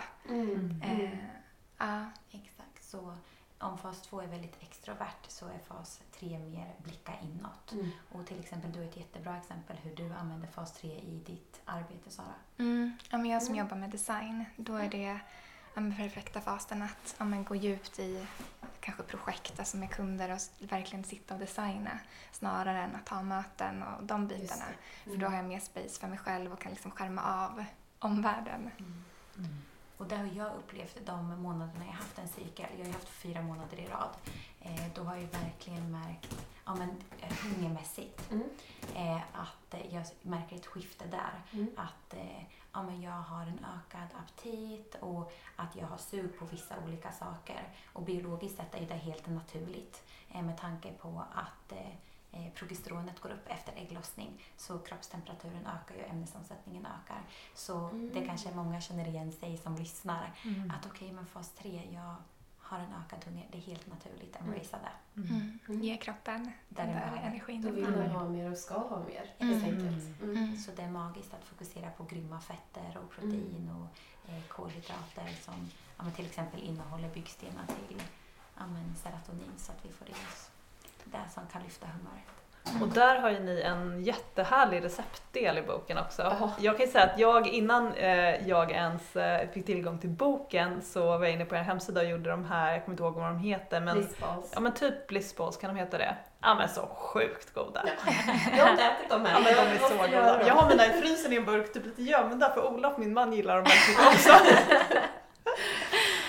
Exakt, så om fas 2 är väldigt extrovert så är fas 3 mer blicka inåt. Och till exempel, du är ett jättebra exempel hur du använder fas 3 i ditt arbete, Sara. Ja, men jag som jobbar med design, då är det perfekta fasen att gå djupt i kanske projekt alltså med kunder och verkligen sitta och designa snarare än att ha möten och de bitarna. För då har jag mer space för mig själv och kan liksom skärma av omvärlden. Och det har jag upplevt de månaderna jag haft en cykel. Jag har haft 4 månader i rad. Då har jag verkligen märkt hungermässigt att jag märker ett skifte där. Att jag har en ökad aptit och att jag har sug på vissa olika saker. Och biologiskt sett är det helt naturligt med tanke på att progesteronet går upp efter ägglossning så kroppstemperaturen ökar och ämnesomsättningen ökar. Så det kanske många känner igen sig som lyssnar. Att okej, men fas 3, jag har en ökad hunger. Det är helt naturligt. Embracea det. Ge kroppen den där energin. Då vill man ha mer och ska ha mer. Så det är magiskt att fokusera på grymma fetter och protein och kolhydrater som till exempel innehåller byggstenar till serotonin så att vi får i oss det som kan lyfta humöret. Och där har ju ni en jättehärlig receptdel i boken också. Jag kan ju säga att innan jag ens fick tillgång till boken så var jag inne på en hemsida och gjorde de här, jag kommer inte ihåg vad de heter, men Blissballs. Ja, men typ Blissballs kan de heta det. Ja, men så sjukt goda. Ja. Jag har inte ätit dem här. Ja, men de är så goda. Jag har mina i frysen i en burk, typ lite gömda för Olof, min man, gillar dem väldigt mycket också.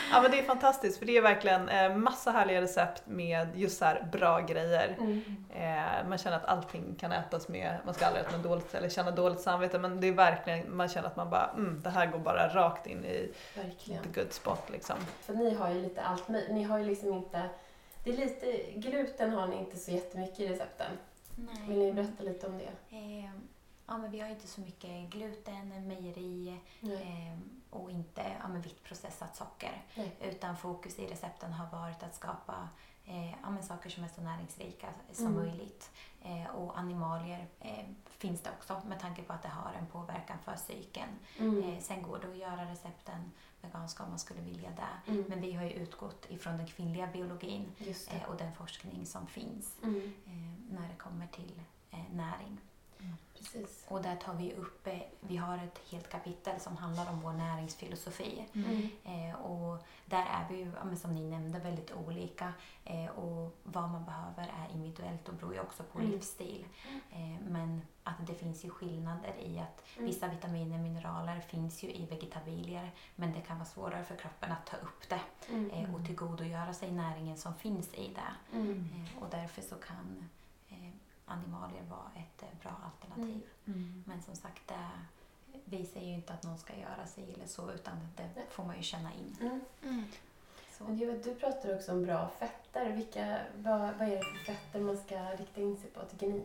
Ja, men det är fantastiskt för det är verkligen massa härliga recept med just så här bra grejer. Man känner att allting kan ätas med, man ska aldrig äta med dåligt eller känna dåligt samvete, men det är verkligen, man känner att man bara, det här går bara rakt in i the good spot liksom. För ni har ju lite allt möjligt, ni har ju liksom inte, det är lite, gluten har ni inte så jättemycket i recepten. Nej. Vill ni berätta lite om det? Ja, men vi har inte så mycket gluten, mejeri och inte vitt processat socker. Nej. Utan fokus i recepten har varit att skapa saker som är så näringsrika som möjligt. Och animalier finns det också med tanke på att det har en påverkan för psyken. Sen går det att göra recepten veganska om man skulle vilja det. Men vi har ju utgått ifrån den kvinnliga biologin och den forskning som finns när det kommer till näring. Precis. Och där tar vi upp, vi har ett helt kapitel som handlar om vår näringsfilosofi. Och där är vi ju, som ni nämnde, väldigt olika. Och vad man behöver är individuellt och beror ju också på livsstil. Men att det finns ju skillnader i att vissa vitaminer och mineraler finns ju i vegetabilier. Men det kan vara svårare för kroppen att ta upp det och tillgodogöra sig näringen som finns i det. Och därför så kan animalier vara ett bra alternativ. Men som sagt, vi säger ju inte att någon ska göra sig eller så, utan det får man ju känna in. Så. Men du pratar också om bra fetter. Vad är det för fetter man ska rikta in sig på, tycker ni?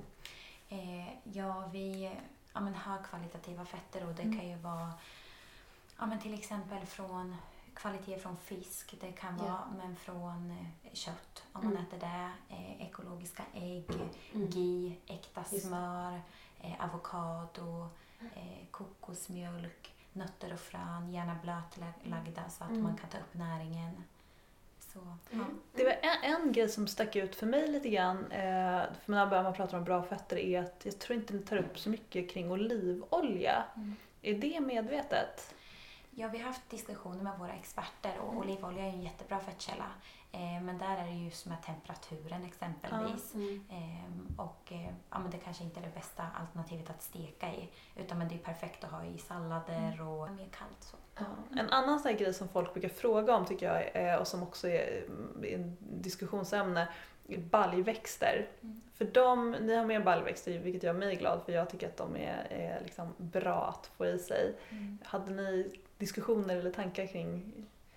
Vi högkvalitativa fetter, och det kan ju vara till exempel från kvalitet från fisk, det kan vara men från kött om man äter det, ekologiska ägg, ghee, äkta smör, avokado, kokosmjölk, nötter och frön, gärna blötlagda så att man kan ta upp näringen. Så, Det var en grej som stack ut för mig lite grann, för när man pratar om bra fetter, är att jag tror inte ni tar upp så mycket kring olivolja. Är det medvetet? Ja, vi har haft diskussioner med våra experter och olivolja är en jättebra fettkälla. Men där är det just med temperaturen exempelvis. Men det kanske inte är det bästa alternativet att steka i. Utan men det är perfekt att ha i sallader och mer kallt så. En annan sån här grej som folk brukar fråga om tycker jag, och som också är en diskussionsämne, baljväxter. För ni har med baljväxter, vilket gör mig glad, för jag tycker att de är liksom bra att få i sig. Hade ni diskussioner eller tankar kring?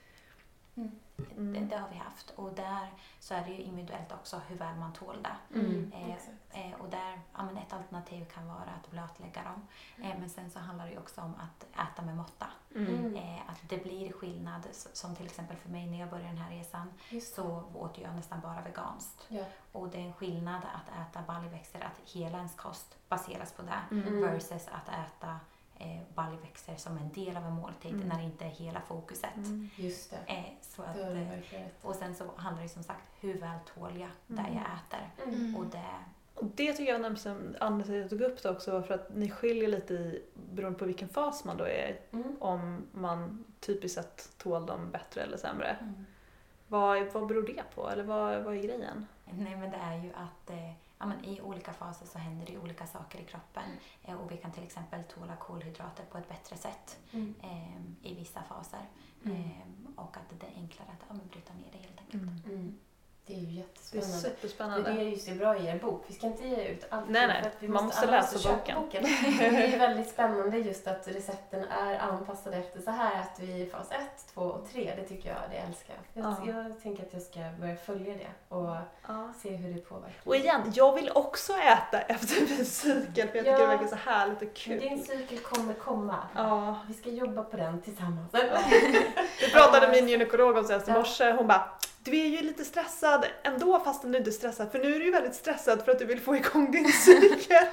Det har vi haft, och där så är det ju individuellt också hur väl man tål det. Och där, ett alternativ kan vara att blötlägga dem. Men sen så handlar det ju också om att äta med måtta. Att det blir skillnad, som till exempel för mig när jag började den här resan så åt jag nästan bara veganskt. Och det är en skillnad att äta baljväxter, att hela ens kost baseras på det versus att äta baljväxter som en del av en måltid när det inte är hela fokuset. Just det. Så att, och sen så handlar det som sagt hur väl tål jag där jag äter. Och det tycker jag Anna tog upp det också, för att ni skiljer lite i, beroende på vilken fas man då är, om man typiskt sett tål dem bättre eller sämre. Vad beror det på? Eller vad är grejen? Nej, men det är ju att i olika faser så händer det olika saker i kroppen. Och vi kan till exempel tåla kolhydrater på ett bättre sätt i vissa faser. Och att det är enklare att bryta ner det helt enkelt. Det är ju jättespännande. Det är superspännande. Det är ju så bra i er bok. Vi ska inte ge ut allt. Nej, för att vi man måste läsa boken. Det är väldigt spännande just att recepten är anpassade efter så här att vi i fas 1, 2 och 3. Det tycker jag, det älskar jag. Jag tänker att jag ska börja följa det och se hur det påverkar. Och igen, jag vill också äta efter min cykel, för jag tycker det verkar så härligt och kul. Din cykel kommer komma. Vi ska jobba på den tillsammans. Vi pratade med min gynekolog om senast i morse. Hon bara, du är ju lite stressad ändå fast du inte är stressad. För nu är du ju väldigt stressad för att du vill få igång din cykel.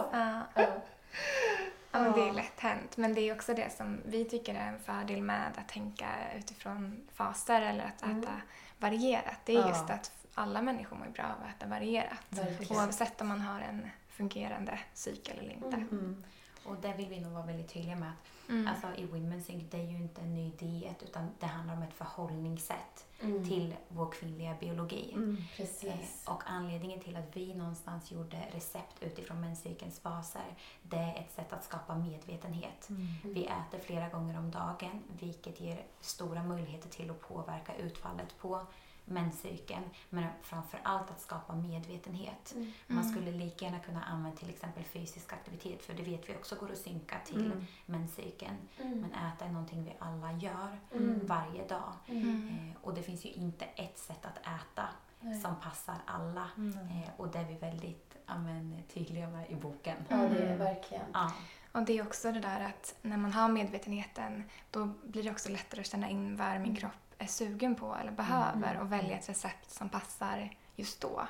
Men det är lätt hänt. Men det är också det som vi tycker är en fördel med att tänka utifrån faser eller att äta varierat. Det är just att alla människor mår bra av att äta varierat. Oavsett om man har en fungerande cykel eller inte. Och där vill vi nog vara väldigt tydliga med att alltså, i Women's Sync, det är ju inte en ny diet utan det handlar om ett förhållningssätt till vår kvinnliga biologi. Precis. Och anledningen till att vi någonstans gjorde recept utifrån menscykelns faser, det är ett sätt att skapa medvetenhet. Vi äter flera gånger om dagen, vilket ger stora möjligheter till att påverka utfallet på menscykeln, men framför allt att skapa medvetenhet. Man skulle lika gärna kunna använda till exempel fysisk aktivitet, för det vet vi också går att synka till menscykeln. Men äta är någonting vi alla gör varje dag. Och det finns ju inte ett sätt att äta som passar alla. Och det är vi väldigt tydliga med i boken. Ja, det är verkligen. Ja. Och det är också det där att när man har medvetenheten, då blir det också lättare att känna in vad min kropp är sugen på eller behöver och välja ett recept som passar just då.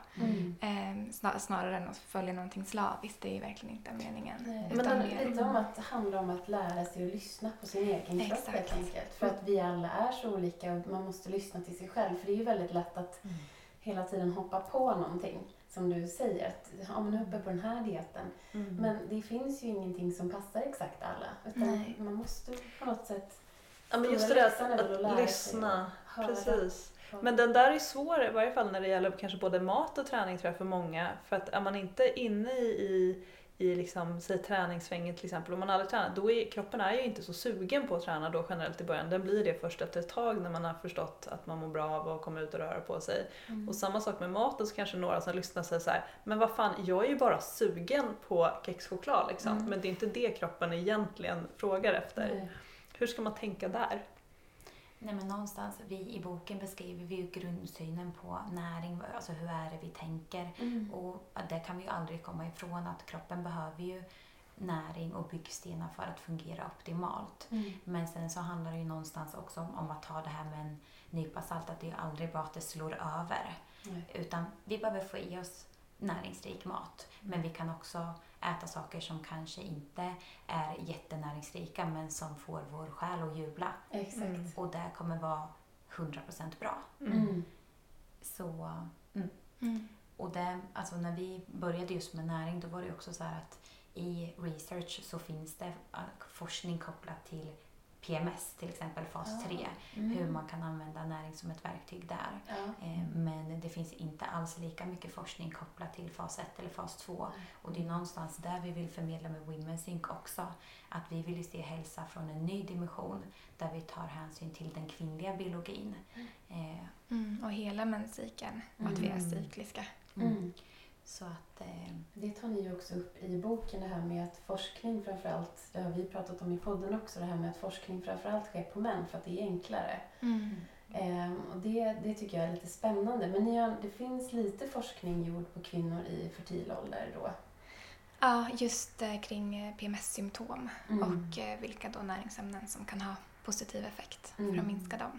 Snarare än att följa någonting slaviskt, det är ju verkligen inte meningen. Men det är lite om att det handlar om att lära sig att lyssna på sin egen kropp helt enkelt. För att vi alla är så olika och man måste lyssna till sig själv. För det är ju väldigt lätt att hela tiden hoppa på någonting. Som du säger, att nu är uppe på den här dieten. Men det finns ju ingenting som passar exakt alla. Utan man måste på något sätt... Ja, men just det där att lyssna. Precis. Men den där är svår, i varje fall när det gäller kanske både mat och träning, tror jag, för många. För att är man inte inne i liksom, säg träningssvängen till exempel, om man aldrig tränar, då är kroppen är ju inte så sugen på att träna då generellt i början. Den blir det först efter ett tag när man har förstått att man mår bra av att komma ut och röra på sig. Och samma sak med maten, så kanske några som lyssnar säger så här: men vad fan, jag är ju bara sugen på kexchoklad liksom. Men det är inte det kroppen egentligen frågar efter. Hur ska man tänka där? Nej, men någonstans, vi i boken beskriver vi ju grundsynen på näring, alltså hur är det vi tänker. Och det kan vi ju aldrig komma ifrån, att kroppen behöver ju näring och byggstenar för att fungera optimalt. Men sen så handlar det ju någonstans också om att ta det här med en nypa salt, att det är aldrig bara att det slår över. Utan vi behöver få i oss näringsrik mat, men vi kan också äta saker som kanske inte är jättenäringsrika men som får vår själ att jubla. Exakt. Och det kommer vara 100% bra. Så, och det, alltså när vi började just med näring, då var det också så här att i research så finns det forskning kopplat till PMS, till exempel fas 3, hur man kan använda näring som ett verktyg där. Men det finns inte alls lika mycket forskning kopplat till fas 1 eller fas 2. Och det är någonstans där vi vill förmedla med Women's Sync också, att vi vill se hälsa från en ny dimension där vi tar hänsyn till den kvinnliga biologin. Och hela menscykeln, att vi är cykliska. Så att, det tar ni ju också upp i boken, det här med att forskning framförallt, det har vi pratat om i podden också, det här med att forskning framförallt sker på män för att det är enklare. Och det tycker jag är lite spännande. Men det finns lite forskning gjord på kvinnor i fertil ålder då? Ja, just kring PMS-symptom och vilka då näringsämnen som kan ha positiv effekt för att minska dem.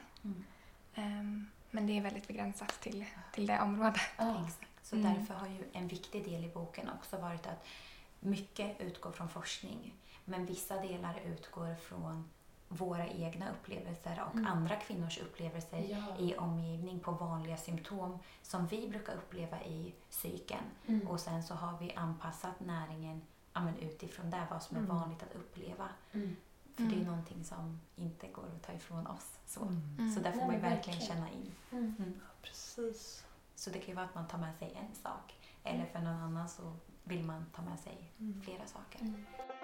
Men det är väldigt begränsat till det området. Exakt. Så därför har ju en viktig del i boken också varit att mycket utgår från forskning, men vissa delar utgår från våra egna upplevelser och andra kvinnors upplevelser i omgivning på vanliga symptom som vi brukar uppleva i cykeln. Och sen så har vi anpassat näringen utifrån det, vad som är vanligt att uppleva. För det är någonting som inte går att ta ifrån oss. Så där får man ju verkligen känna in. Precis. Så det kan ju vara att man tar med sig en sak. Eller för någon annan så vill man ta med sig flera saker.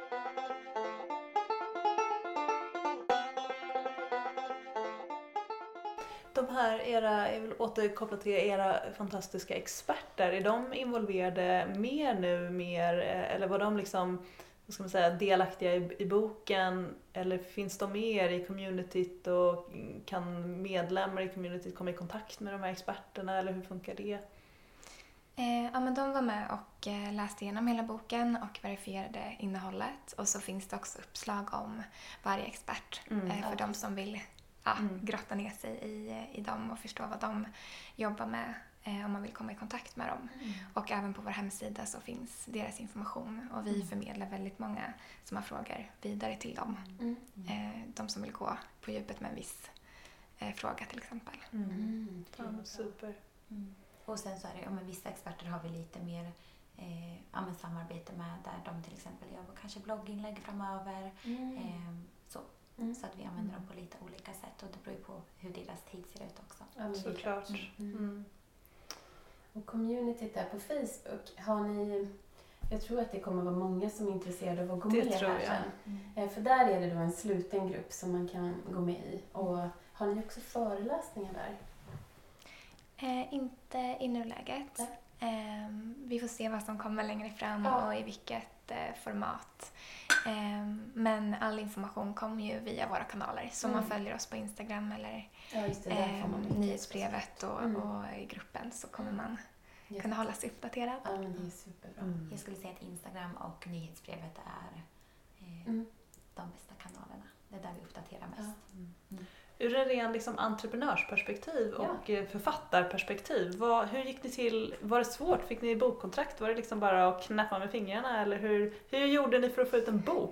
De här jag vill återkoppla till era fantastiska experter. Är de involverade mer eller var de liksom, vad ska man säga, delaktiga i boken, eller finns de mer i communityt och kan medlemmar i communityt komma i kontakt med de här experterna, eller hur funkar det? Ja, men de var med och läste igenom hela boken och verifierade innehållet, och så finns det också uppslag om varje expert för de som vill grotta ner sig i dem och förstå vad de jobbar med om man vill komma i kontakt med dem. Och även på vår hemsida så finns deras information, och vi förmedlar väldigt många som har frågor vidare till dem. De som vill gå på djupet med en viss fråga till exempel. Ja, super. Och sen så är det, vissa experter har vi lite mer samarbete med där de till exempel gör kanske blogginlägg framöver. Så att vi använder dem på lite olika sätt och det beror ju på hur deras tid ser ut också. Ja, Såklart. Och communityt där på Facebook, har ni... Jag tror att det kommer vara många som är intresserade av att gå med här sen. För där är det då en sluten grupp som man kan gå med i. Och har ni också föreläsningar där? Inte i nuläget. Vi får se vad som kommer längre fram och i vilket format. Men all information kommer ju via våra kanaler. Så man följer oss på Instagram eller nyhetsbrevet och i gruppen så kommer man kunna hålla sig uppdaterad. Ja, men det är superbra. Jag skulle säga att Instagram och nyhetsbrevet är de bästa kanalerna. Det är där vi uppdaterar mest. Ur en ren liksom, entreprenörsperspektiv och författarperspektiv, hur gick det till? Var det svårt? Fick ni bokkontrakt? Var det liksom bara att knäppa med fingrarna? Eller hur gjorde ni för att få ut en bok?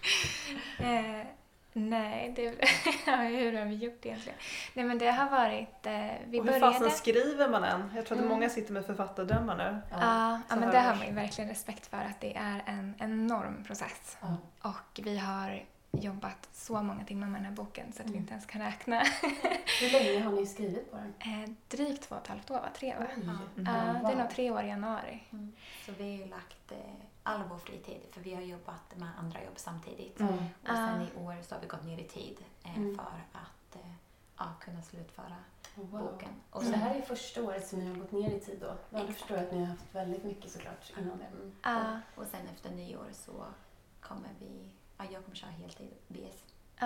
Nej, hur har vi gjort egentligen? Nej, men det har varit... och hur fasen skriver man än? Jag tror att många sitter med författardrömmar nu. Ja, men det har man ju verkligen respekt för att det är en enorm process. Och vi har jobbat så många timmar med den här boken så att vi inte ens kan räkna. Hur länge har ni skrivit på den? Drygt 2,5 år, 3 år. Det är nog 3 år i januari. Så vi har ju lagt all vår fritid, för vi har jobbat med andra jobb samtidigt. Och sen i år så har vi gått ner i tid för att kunna slutföra boken. Och så det här är första året som ni har gått ner i tid då? Ja, då förstår jag att ni har haft väldigt mycket såklart innan det. Och sen efter nyår så kommer jag kommer köra heltid BS.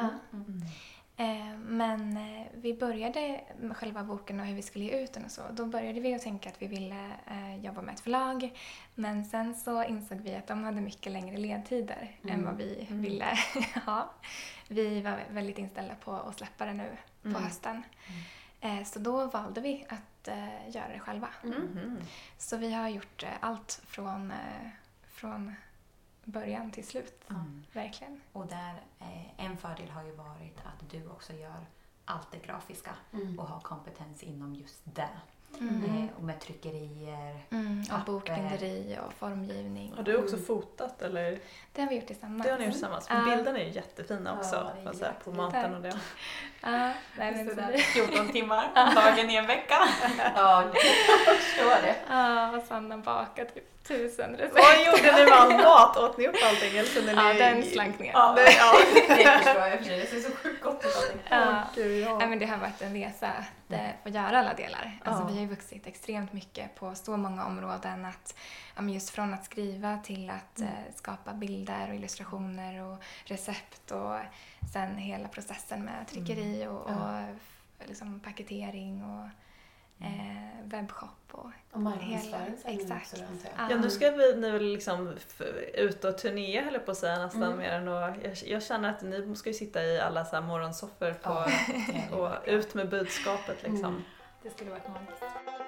Men vi började med själva boken och hur vi skulle ge ut den och så. Då började vi att tänka att vi ville jobba med ett förlag. Men sen så insåg vi att de hade mycket längre ledtider än vad vi ville ha. Vi var väldigt inställda på att släppa det nu på hösten. Så då valde vi att göra det själva. Så vi har gjort allt från början till slut. Verkligen. Och där en fördel har ju varit att du också gör allt det grafiska och har kompetens inom just det. Och med tryckerier, och bokbinderi och formgivning. Har du också fotat eller? Det har vi gjort tillsammans. Det har ni gjort tillsammans. Men bilderna är ju jättefina också. På maten och det. Nej, men 14 timmar dagen i en vecka. Ja, jag förstår det. Och Sanna bakade typ 1000 recept. Vad gjorde ni med all mat? Åt ni upp allting? Eller den slank ner. Det förstår jag för sig. Det ser så sjukt gott ut allting. Nej, men det har varit en resa att få göra alla delar. Alltså, vi har ju vuxit extremt mycket på så många områden. Att, just från att skriva till att skapa bilder och illustrationer och recept. Och sen hela processen med tryckeri och liksom paketering och webbshop och marknadsföring. Exakt. Ja, nu ska vi nu liksom ut och turnera höll på att säga nästan mer än jag känner att ni ska ju sitta i alla så här morgonsoffer och ut med budskapet liksom. Det skulle varit magiskt.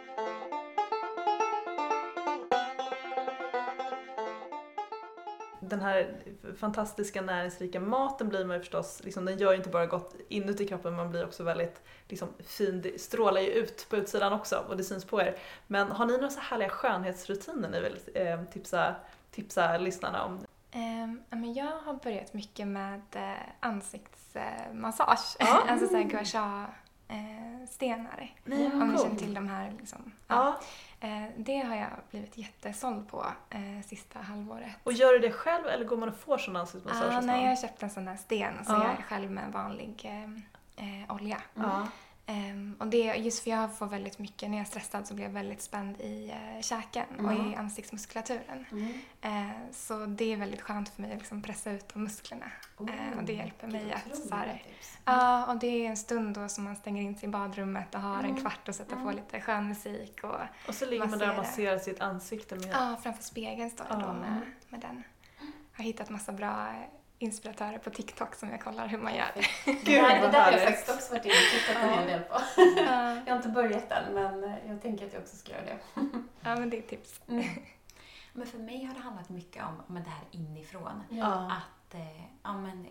Den här fantastiska näringsrika maten blir man ju förstås, liksom, den gör ju inte bara gott inuti kroppen, man blir också väldigt liksom, fin, det strålar ju ut på utsidan också och det syns på er. Men har ni några så härliga skönhetsrutiner ni vill tipsa lyssnarna om? Men jag har börjat mycket med ansiktsmassage, alltså så här gua sha stenar. Om ni känner till de här liksom. Det har jag blivit jättesåld på sista halvåret. Och gör du det själv eller går man och får sån ansiktsmassage? Nej, jag har köpt en sån här sten så jag är själv med en vanlig olja. Och det är just för jag får väldigt mycket, när jag är stressad så blir jag väldigt spänd i käken och i ansiktsmuskulaturen. Så det är väldigt skönt för mig att liksom pressa ut de musklerna. Och det hjälper mig att så här, och det är en stund då som man stänger in sig i badrummet och har en kvart och sätter på lite skön musik. Och så ligger man där och masserar sitt ansikte med... Ja, framför spegeln står jag då med den. Jag har hittat massa bra inspiratörer på TikTok som jag kollar hur man gör. Gud, det där har jag faktiskt också varit inne och tittat en hel del på. Jag har inte börjat än, men jag tänker att jag också ska göra det. Ja, men det är tips. Men för mig har det handlat mycket om det här inifrån. Ja. Att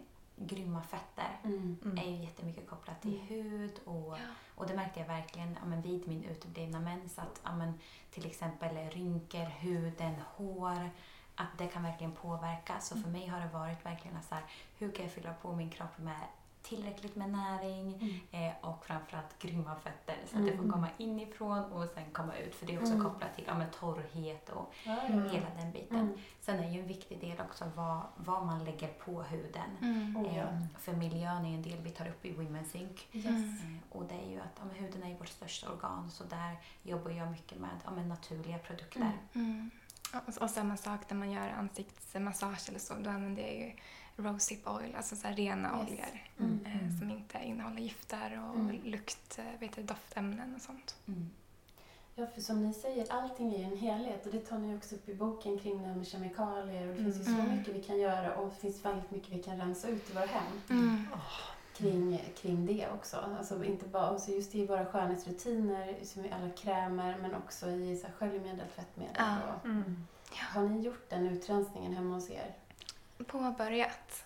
grymma fötter är ju jättemycket kopplat till hud och det märkte jag verkligen vid min uteblivna mens att till exempel rynkor, huden, hår, att det kan verkligen påverka. Så för mig har det varit verkligen så här, hur kan jag fylla på min kropp med tillräckligt med näring och framförallt grymma fötter så att det får komma inifrån och sen komma ut, för det är också kopplat till torrhet och hela den biten. Sen är ju en viktig del också vad man lägger på huden. För miljön är en del vi tar upp i Women's Inc. Och det är ju att huden är vårt största organ, så där jobbar jag mycket med naturliga produkter. Och samma sak när man gör ansiktsmassage eller så, då använder jag ju rosehip oil, alltså så här rena oljor som inte innehåller gifter och doftämnen och sånt. Ja, för som ni säger, allting är en helhet och det tar ni också upp i boken kring det här med kemikalier och det finns ju så mycket vi kan göra och det finns väldigt mycket vi kan rensa ut i våra hem. Kring det också. Alltså inte bara alltså just i våra skönhetsrutiner som i alla krämer men också i så här sköljmedel, tvättmedel. Har ni gjort den utrensningen hemma hos er? Påbörjat.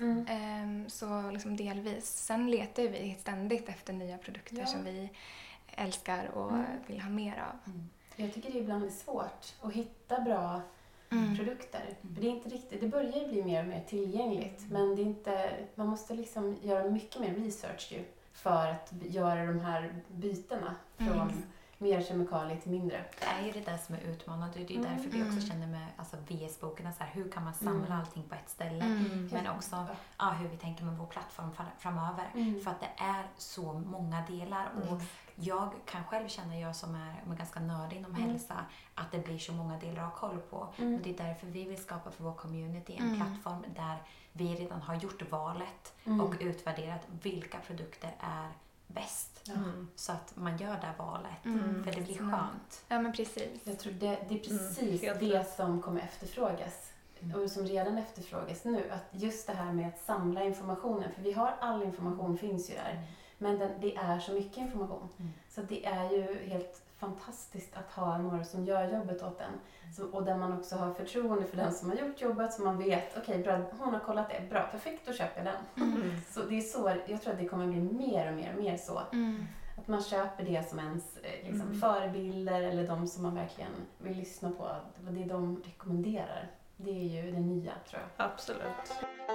Så liksom delvis. Sen letar vi ständigt efter nya produkter som vi älskar och vill ha mer av. Jag tycker det ibland är svårt att hitta bra produkter. För det är inte riktigt, det börjar ju bli mer och mer tillgängligt. Men det är inte, man måste liksom göra mycket mer research ju för att göra de här bytena från mer kemikalier till mindre. Det är ju det där som är utmanande. Det är därför vi också känner med VS-boken så här, hur kan man samla allting på ett ställe. Men också hur vi tänker med vår plattform framöver. För att det är så många delar. Och jag kan själv känna, jag som är ganska nördig inom hälsa, att det blir så många delar att ha koll på. Och det är därför vi vill skapa för vår community en plattform där vi redan har gjort valet och utvärderat vilka produkter är bäst. Så att man gör det valet. För det blir skönt. Ja, men precis. Jag tror det är precis det som kommer efterfrågas. Och som redan efterfrågas nu. Att just det här med att samla informationen. För vi har all information finns ju där. Men det är så mycket information. Så det är ju helt fantastiskt att ha några som gör jobbet åt den. Och där man också har förtroende för den som har gjort jobbet. Så man vet, okej, bra, hon har kollat det. Bra, perfekt, då köper jag den. Så det är så, jag tror att det kommer bli mer och mer och mer så. Att man köper det som ens förebilder eller de som man verkligen vill lyssna på. Det de rekommenderar. Det är ju det nya, tror jag. Absolut.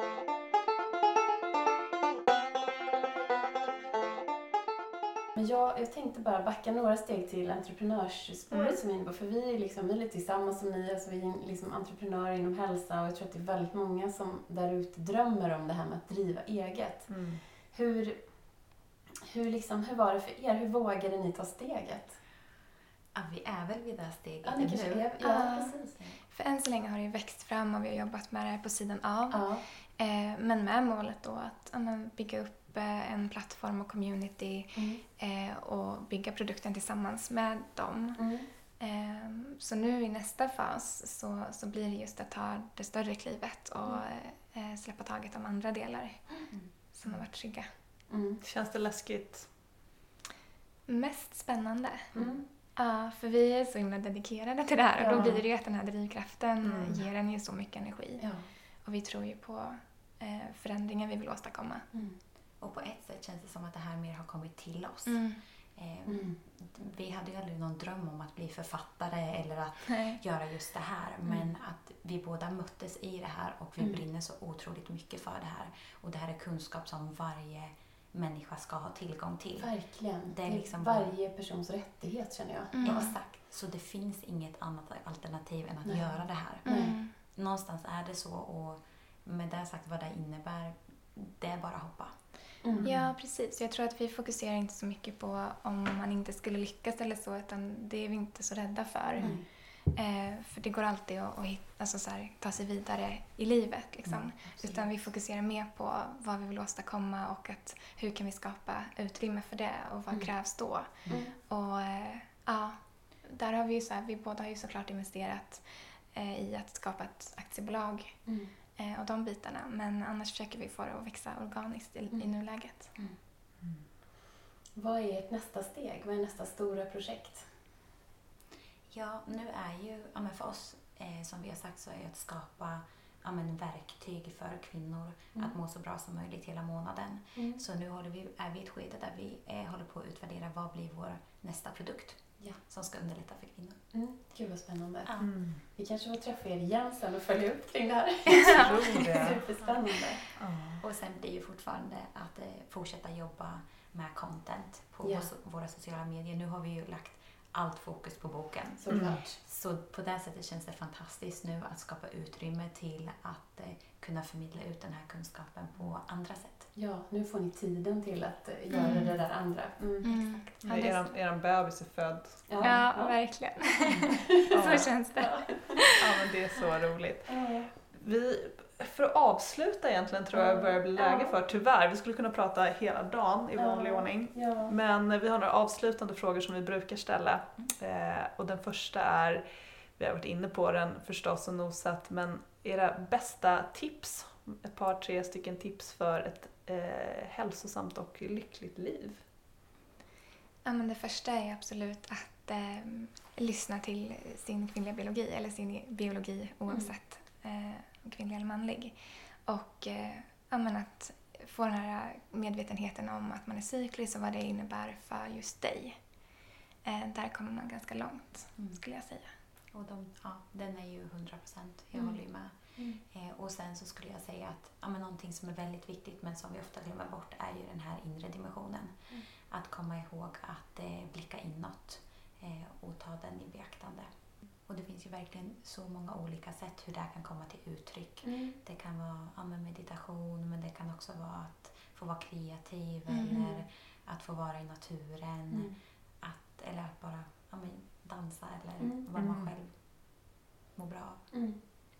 Men jag tänkte bara backa några steg till entreprenörsspåret som är inne på. För vi är lite tillsammans som ni. Alltså vi är liksom entreprenörer inom hälsa. Och jag tror att det är väldigt många som där ute drömmer om det här med att driva eget. Hur var det för er? Hur vågade ni ta steget? Ja, vi är väl vid det här steget. Ja, ni kanske är. Ja, precis. För än så länge har det ju växt fram och vi har jobbat med det här på sidan av. Men med målet då att bygga upp en plattform och community och bygga produkten tillsammans med dem. Så nu i nästa fas så blir det just att ta det större klivet och släppa taget om andra delar som har varit trygga. Känns det läskigt? Mest spännande. Ja, för vi är så himla dedikerade till det här och då blir det ju att den här drivkraften ger en ju så mycket energi. Och vi tror ju på förändringen vi vill åstadkomma. Och på ett sätt känns det som att det här mer har kommit till oss. Vi hade ju aldrig någon dröm om att bli författare eller att göra just det här. Men att vi båda möttes i det här och vi brinner så otroligt mycket för det här. Och det här är kunskap som varje människa ska ha tillgång till. Verkligen. Det är liksom varje persons rättighet, känner jag. Exakt. Så det finns inget annat alternativ än att göra det här. Någonstans är det så, och med det sagt vad det innebär, det är bara att hoppa. Ja, precis. Jag tror att vi fokuserar inte så mycket på om man inte skulle lyckas eller så, utan det är vi inte så rädda för. För det går alltid att ta sig vidare i livet. Liksom. Utan vi fokuserar mer på vad vi vill åstadkomma och att hur kan vi skapa utrymme för det och vad krävs då. Och där har vi vi båda har ju såklart investerat i att skapa ett aktiebolag och de bitarna. Men annars försöker vi få det att växa organiskt i nuläget. Vad är ert nästa steg? Vad är nästa stora projekt? Ja, nu är ju, för oss som vi har sagt så är att skapa verktyg för kvinnor att må så bra som möjligt hela månaden. Så nu är vi i ett skede där vi håller på att utvärdera vad blir vår nästa produkt som ska underlätta för kvinnor. Gud vad spännande. Vi kanske får träffa er igen sen och följa upp kring det här. Superspännande. Och sen blir ju fortfarande att fortsätta jobba med content på våra sociala medier. Nu har vi ju lagt allt fokus på boken. Så på det sättet känns det fantastiskt nu att skapa utrymme till att kunna förmedla ut den här kunskapen på andra sätt. Ja, nu får ni tiden till att göra det där andra. Exakt. Er bebis är född. Ja, verkligen. Så känns det. Ja, men det är så roligt. För att avsluta egentligen tror jag börjar bli läge för, tyvärr. Vi skulle kunna prata hela dagen i vanlig ordning. Men vi har några avslutande frågor som vi brukar ställa. Och den första är, vi har varit inne på den förstås och nosat, men era bästa tips, ett par, 3 stycken tips för ett hälsosamt och lyckligt liv? Ja, men det första är absolut att lyssna till sin kvinnliga biologi, eller sin biologi oavsett kvinnlig eller manlig. Och att få den här medvetenheten om att man är cyklisk och vad det innebär för just dig. Där kommer man ganska långt, skulle jag säga. Och den är ju 100%, jag håller ju med. Och sen så skulle jag säga att någonting som är väldigt viktigt men som vi ofta glömmer bort är ju den här inre dimensionen. Att komma ihåg att blicka inåt och ta den i beaktande. Och det finns ju verkligen så många olika sätt hur det kan komma till uttryck. Det kan vara meditation, men det kan också vara att få vara kreativ eller att få vara i naturen. Eller att bara dansa eller vad man själv mår bra av.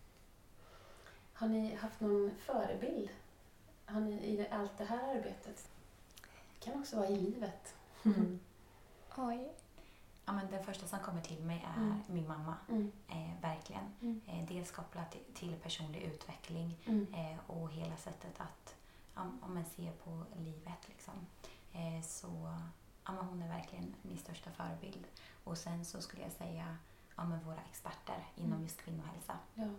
Har ni haft någon förebild? Har ni i allt det här arbetet? Det kan också vara i livet. Oj. Ja, men den första som kommer till mig är min mamma. Verkligen. Dels kopplat till personlig utveckling och hela sättet att om man ser på livet. Liksom. Så hon är verkligen min största förebild. Och sen så skulle jag säga våra experter inom just kvinnohälsa.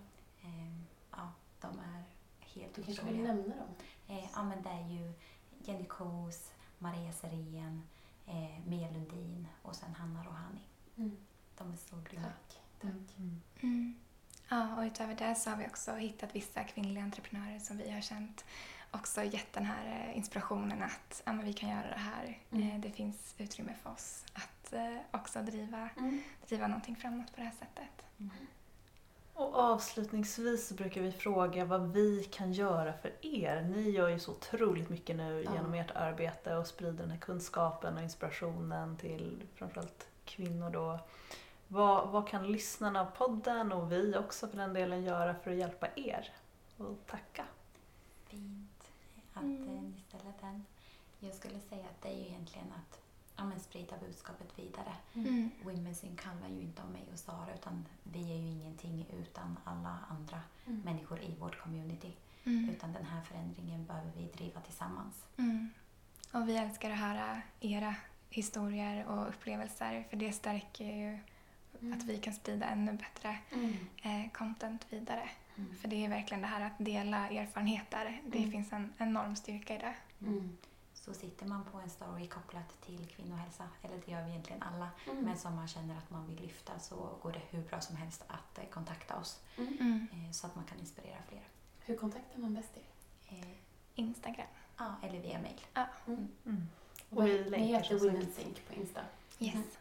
De är helt otroliga. Du kanske vill nämna dem? Men det är ju Jenny Kos, Maria Serén, Mia Lundin och sen Hanna Rohani. De är så grymma. Tack. Ja, och utöver det så har vi också hittat vissa kvinnliga entreprenörer som vi har känt också gett den här inspirationen att vi kan göra det här. Det finns utrymme för oss att också driva någonting framåt på det här sättet. Och avslutningsvis så brukar vi fråga vad vi kan göra för er. Ni gör ju så otroligt mycket nu genom ert arbete och sprider den här kunskapen och inspirationen till framförallt kvinnor då. Vad kan lyssnarna av podden och vi också för den delen göra för att hjälpa er? Och tacka. Fint att ni ställer den. Jag skulle säga att det är ju egentligen att sprida budskapet vidare. Women's Sync handlar ju inte om mig och Sara, utan vi är ju ingenting utan alla andra människor i vårt community. Utan den här förändringen behöver vi driva tillsammans. Och vi älskar att höra era historier och upplevelser, för det stärker ju att vi kan sprida ännu bättre content vidare. För det är verkligen det här att dela erfarenheter. Det finns en enorm styrka i det. Så sitter man på en story kopplat till kvinnohälsa, eller det gör vi egentligen alla, men som man känner att man vill lyfta, så går det hur bra som helst att kontakta oss så att man kan inspirera fler. Hur kontaktar man bäst er? Instagram. Ja, eller via mail. Ja. Och vi Ni heter Women's Sync på Insta. Yes.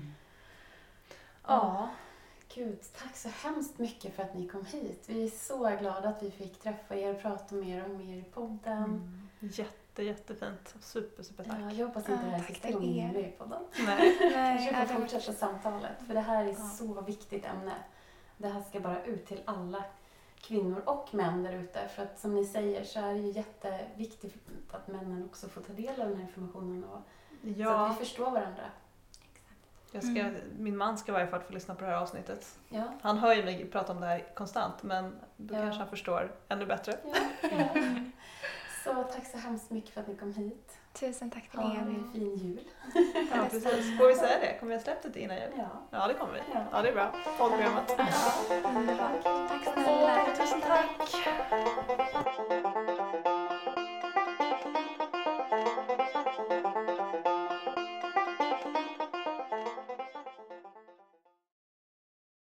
Ja, gud, tack så hemskt mycket för att ni kom hit. Vi är så glada att vi fick träffa er och prata mer om er i podden. Jättefint. Super tack. Ja, jag hoppas inte det här är sista gången ni är med i podden. Nej. Kanske får fortsätta samtalet. För det här är så viktigt ämne. Det här ska bara ut till alla kvinnor och män där ute. För att som ni säger så är det ju jätteviktigt att männen också får ta del av den här informationen. Så att vi förstår varandra. Min man ska i varje fall få lyssna på det här avsnittet. Ja. Han hör ju mig prata om det här konstant, men då kanske han förstår ännu bättre. Ja. Så tack så hemskt mycket för att ni kom hit. Tusen tack till Ha er. en fin jul. Ja, precis. Får vi säga det? Kommer vi ha släppt det innan jul? Ja, det kommer vi. Ja, det är bra. Poddprogrammet. Tack snälla. Tusen tack.